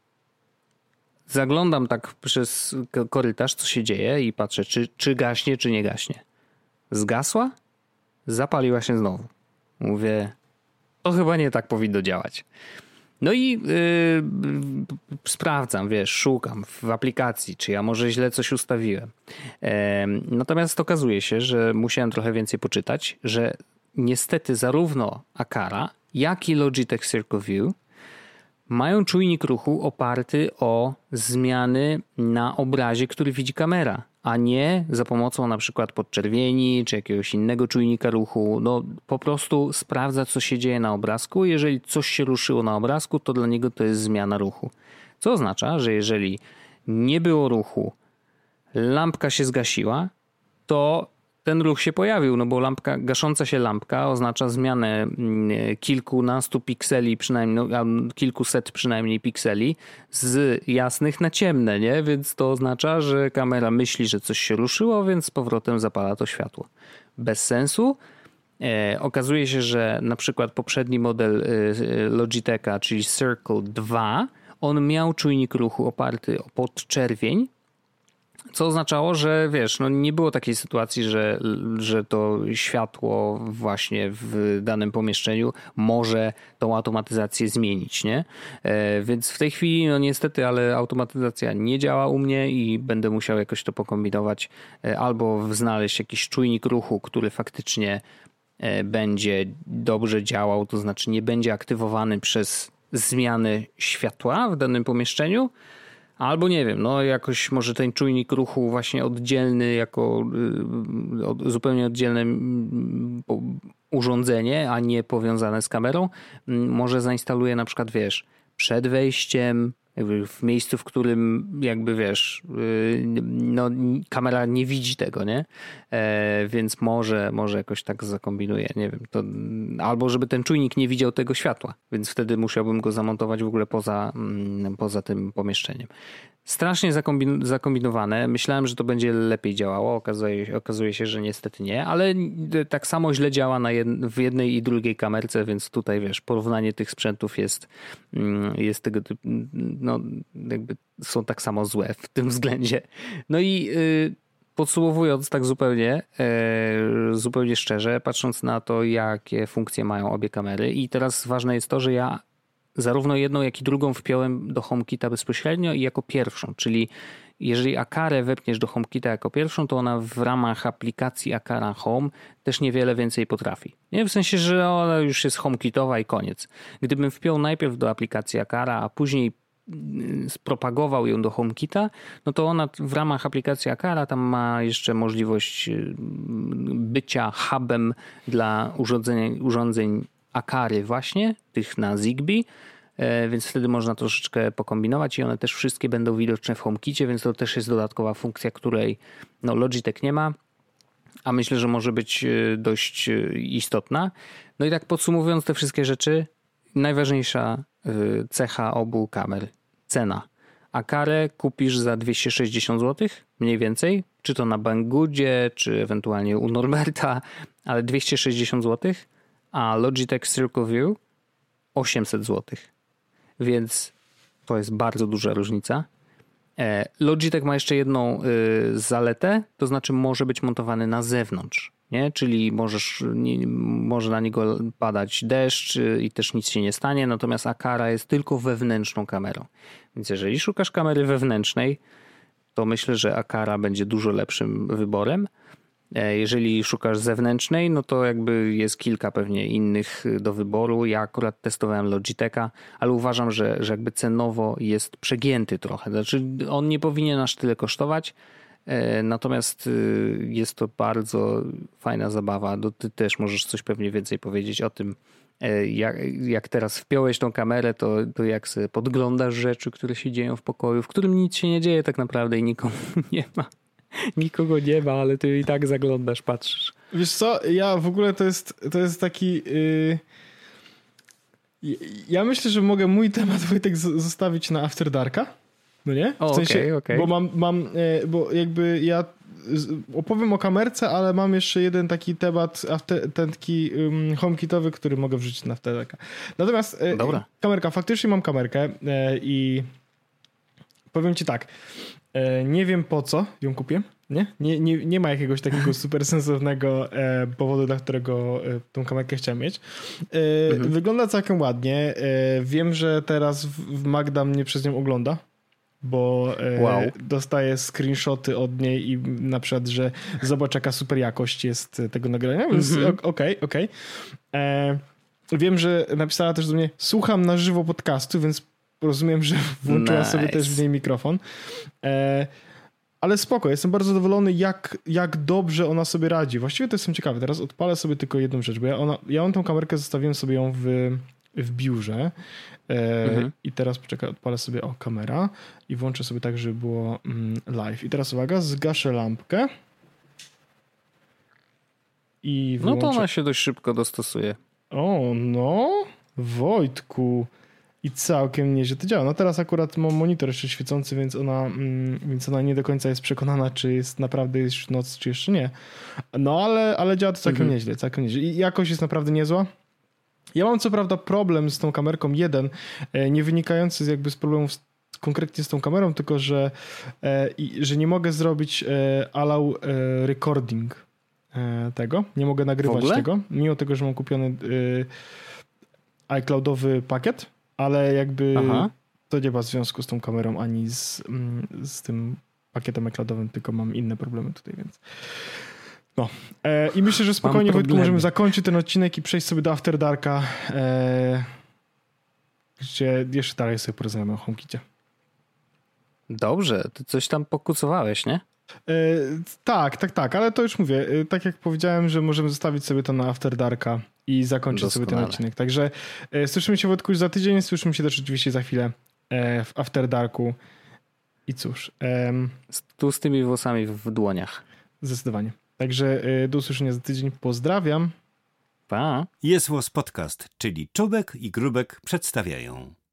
zaglądam tak przez korytarz, co się dzieje i patrzę, czy, czy gaśnie, czy nie gaśnie. Zgasła, zapaliła się znowu. Mówię, to chyba nie tak powinno działać. No i yy, sprawdzam, wiesz, szukam w aplikacji, czy ja może źle coś ustawiłem. Yy, natomiast okazuje się, że musiałem trochę więcej poczytać, że niestety zarówno Aqara, jak i Logitech Circle View mają czujnik ruchu oparty o zmiany na obrazie, który widzi kamera, a nie za pomocą na przykład podczerwieni czy jakiegoś innego czujnika ruchu. No po prostu sprawdza, co się dzieje na obrazku. Jeżeli coś się ruszyło na obrazku, to dla niego to jest zmiana ruchu. Co oznacza, że jeżeli nie było ruchu, lampka się zgasiła, to ten ruch się pojawił, no bo lampka, gasząca się lampka oznacza zmianę kilkunastu pikseli, przynajmniej no, kilkuset przynajmniej pikseli z jasnych na ciemne, nie? Więc to oznacza, że kamera myśli, że coś się ruszyło, więc z powrotem zapala to światło. Bez sensu. E, okazuje się, że na przykład poprzedni model e, Logitecha, czyli Circle dwa, on miał czujnik ruchu oparty o podczerwień, co oznaczało, że wiesz, no nie było takiej sytuacji, że, że to światło właśnie w danym pomieszczeniu może tą automatyzację zmienić, nie? E, więc w tej chwili, no niestety, ale automatyzacja nie działa u mnie i będę musiał jakoś to pokombinować e, albo znaleźć jakiś czujnik ruchu, który faktycznie e, będzie dobrze działał, to znaczy nie będzie aktywowany przez zmiany światła w danym pomieszczeniu. Albo nie wiem, no jakoś może ten czujnik ruchu właśnie oddzielny jako y, od, zupełnie oddzielne y, urządzenie, a nie powiązane z kamerą, y, może zainstaluje na przykład, wiesz, przed wejściem, jakby w miejscu, w którym jakby wiesz, y, no kamera nie widzi tego, nie? E, więc może, może jakoś tak zakombinuje, nie wiem, to, albo żeby ten czujnik nie widział tego światła, więc wtedy musiałbym go zamontować w ogóle poza, poza tym pomieszczeniem. Strasznie zakombin- zakombinowane. Myślałem, że to będzie lepiej działało. Okazuje, okazuje się, że niestety nie, ale tak samo źle działa na jed- w jednej i drugiej kamerce, więc tutaj wiesz, porównanie tych sprzętów jest, jest tego typu, no jakby są tak samo złe w tym względzie. No i yy, podsumowując tak zupełnie, yy, zupełnie szczerze, patrząc na to, jakie funkcje mają obie kamery i teraz ważne jest to, że ja zarówno jedną, jak i drugą wpiąłem do HomeKita bezpośrednio i jako pierwszą, czyli jeżeli Acarę wepniesz do HomeKita jako pierwszą, to ona w ramach aplikacji Acara Home też niewiele więcej potrafi. Nie? W sensie, że ona już jest HomeKitowa i koniec. Gdybym wpiął najpierw do aplikacji Acara, a później spropagował ją do HomeKita, no to ona w ramach aplikacji Acara tam ma jeszcze możliwość bycia hubem dla urządzeń, urządzeń Acary właśnie, tych na Zigbee, więc wtedy można troszeczkę pokombinować i one też wszystkie będą widoczne w HomeKicie, więc to też jest dodatkowa funkcja, której no, Logitech nie ma, a myślę, że może być dość istotna. No i tak podsumowując te wszystkie rzeczy, najważniejsza cecha obu kamer, cena. Acarę kupisz za dwieście sześćdziesiąt złotych, mniej więcej, czy to na Banggoodzie, czy ewentualnie u Norberta, ale dwieście sześćdziesiąt złotych, a Logitech Circle View osiemset złotych. Więc to jest bardzo duża różnica. Logitech ma jeszcze jedną zaletę, to znaczy może być montowany na zewnątrz, nie? Czyli możesz, nie, może na niego padać deszcz i też nic się nie stanie, natomiast Acara jest tylko wewnętrzną kamerą. Więc jeżeli szukasz kamery wewnętrznej, to myślę, że Acara będzie dużo lepszym wyborem. Jeżeli szukasz zewnętrznej, no to jakby jest kilka pewnie innych do wyboru. Ja akurat testowałem Logitecha, ale uważam, że, że jakby cenowo jest przegięty trochę. Znaczy on nie powinien aż tyle kosztować, natomiast jest to bardzo fajna zabawa. Ty też możesz coś pewnie więcej powiedzieć o tym, jak, jak teraz wpiąłeś tą kamerę, to, to jak sobie podglądasz rzeczy, które się dzieją w pokoju, w którym nic się nie dzieje tak naprawdę i nikomu nie ma. Nikogo nie ma, ale ty i tak zaglądasz, patrzysz. Wiesz co, ja w ogóle to jest, to jest taki... Yy... Ja myślę, że mogę mój temat, Wojtek, zostawić na After Darka. No nie? W o, sensie, okay, okay. Bo mam, mam yy, bo jakby ja opowiem o kamerce, ale mam jeszcze jeden taki temat, after, ten taki um, HomeKitowy, który mogę wrzucić na After Darka. Natomiast yy, Dobra. kamerka, faktycznie mam kamerkę yy, i powiem ci tak, nie wiem po co ją kupię, nie? Nie, nie, nie ma jakiegoś takiego super sensownego e, powodu, dla którego e, tą kamerkę chciałem mieć. E, mhm. Wygląda całkiem ładnie. E, wiem, że teraz w, w Magda mnie przez nią ogląda, bo e, wow. dostaję screenshoty od niej i na przykład, że zobacz jaka super jakość jest tego nagrania, więc okej, mhm. okej. Okay, okay. Wiem, że napisała też do mnie, słucham na żywo podcastu, więc rozumiem, że włączyła nice. sobie też w niej mikrofon. E, ale spoko, jestem bardzo zadowolony, jak, jak dobrze ona sobie radzi. Właściwie to jestem ciekawy. Teraz odpalę sobie tylko jedną rzecz, bo ja, ona, ja mam tą kamerkę, zostawiłem sobie ją w, w biurze. E, mhm. I teraz poczekaj, odpalę sobie o kamera i włączę sobie tak, żeby było mm, live. I teraz uwaga, zgaszę lampkę. I włączę... No to ona się dość szybko dostosuje. O, no, Wojtku. I całkiem nieźle to działa. No teraz akurat mam monitor jeszcze świecący, więc ona, mm, więc ona nie do końca jest przekonana, czy jest naprawdę już noc, czy jeszcze nie. No ale, ale działa to całkiem mhm. nieźle, całkiem nieźle. I jakość jest naprawdę niezła. Ja mam co prawda problem z tą kamerką jeden, nie wynikający z jakby z problemów z, konkretnie z tą kamerą, tylko że, e, i, że nie mogę zrobić e, allow e, recording e, tego. Nie mogę nagrywać tego, mimo tego, że mam kupiony e, iCloudowy pakiet, ale jakby Aha. to nie ma związku z tą kamerą ani z, z tym pakietem iCloudowym, tylko mam inne problemy tutaj, więc... No. E, I myślę, że spokojnie, Wojtku, możemy zakończyć ten odcinek i przejść sobie do After Darka, e, gdzie jeszcze dalej sobie porozmawiamy o HomeKicie. Dobrze, ty coś tam pokucowałeś, nie? E, tak, tak, tak, ale to już mówię, e, tak jak powiedziałem, że możemy zostawić sobie to na After Darka i zakończyć Doskonale. sobie ten odcinek. Także e, słyszymy się, Wojtku, już za tydzień, słyszymy się też oczywiście za chwilę e, w After Darku. I cóż. E, tu z tymi włosami w dłoniach. Zdecydowanie. Także do usłyszenia za tydzień. Pozdrawiam. Pa. Jest Łos Podcast, czyli Czubek i Grubek przedstawiają.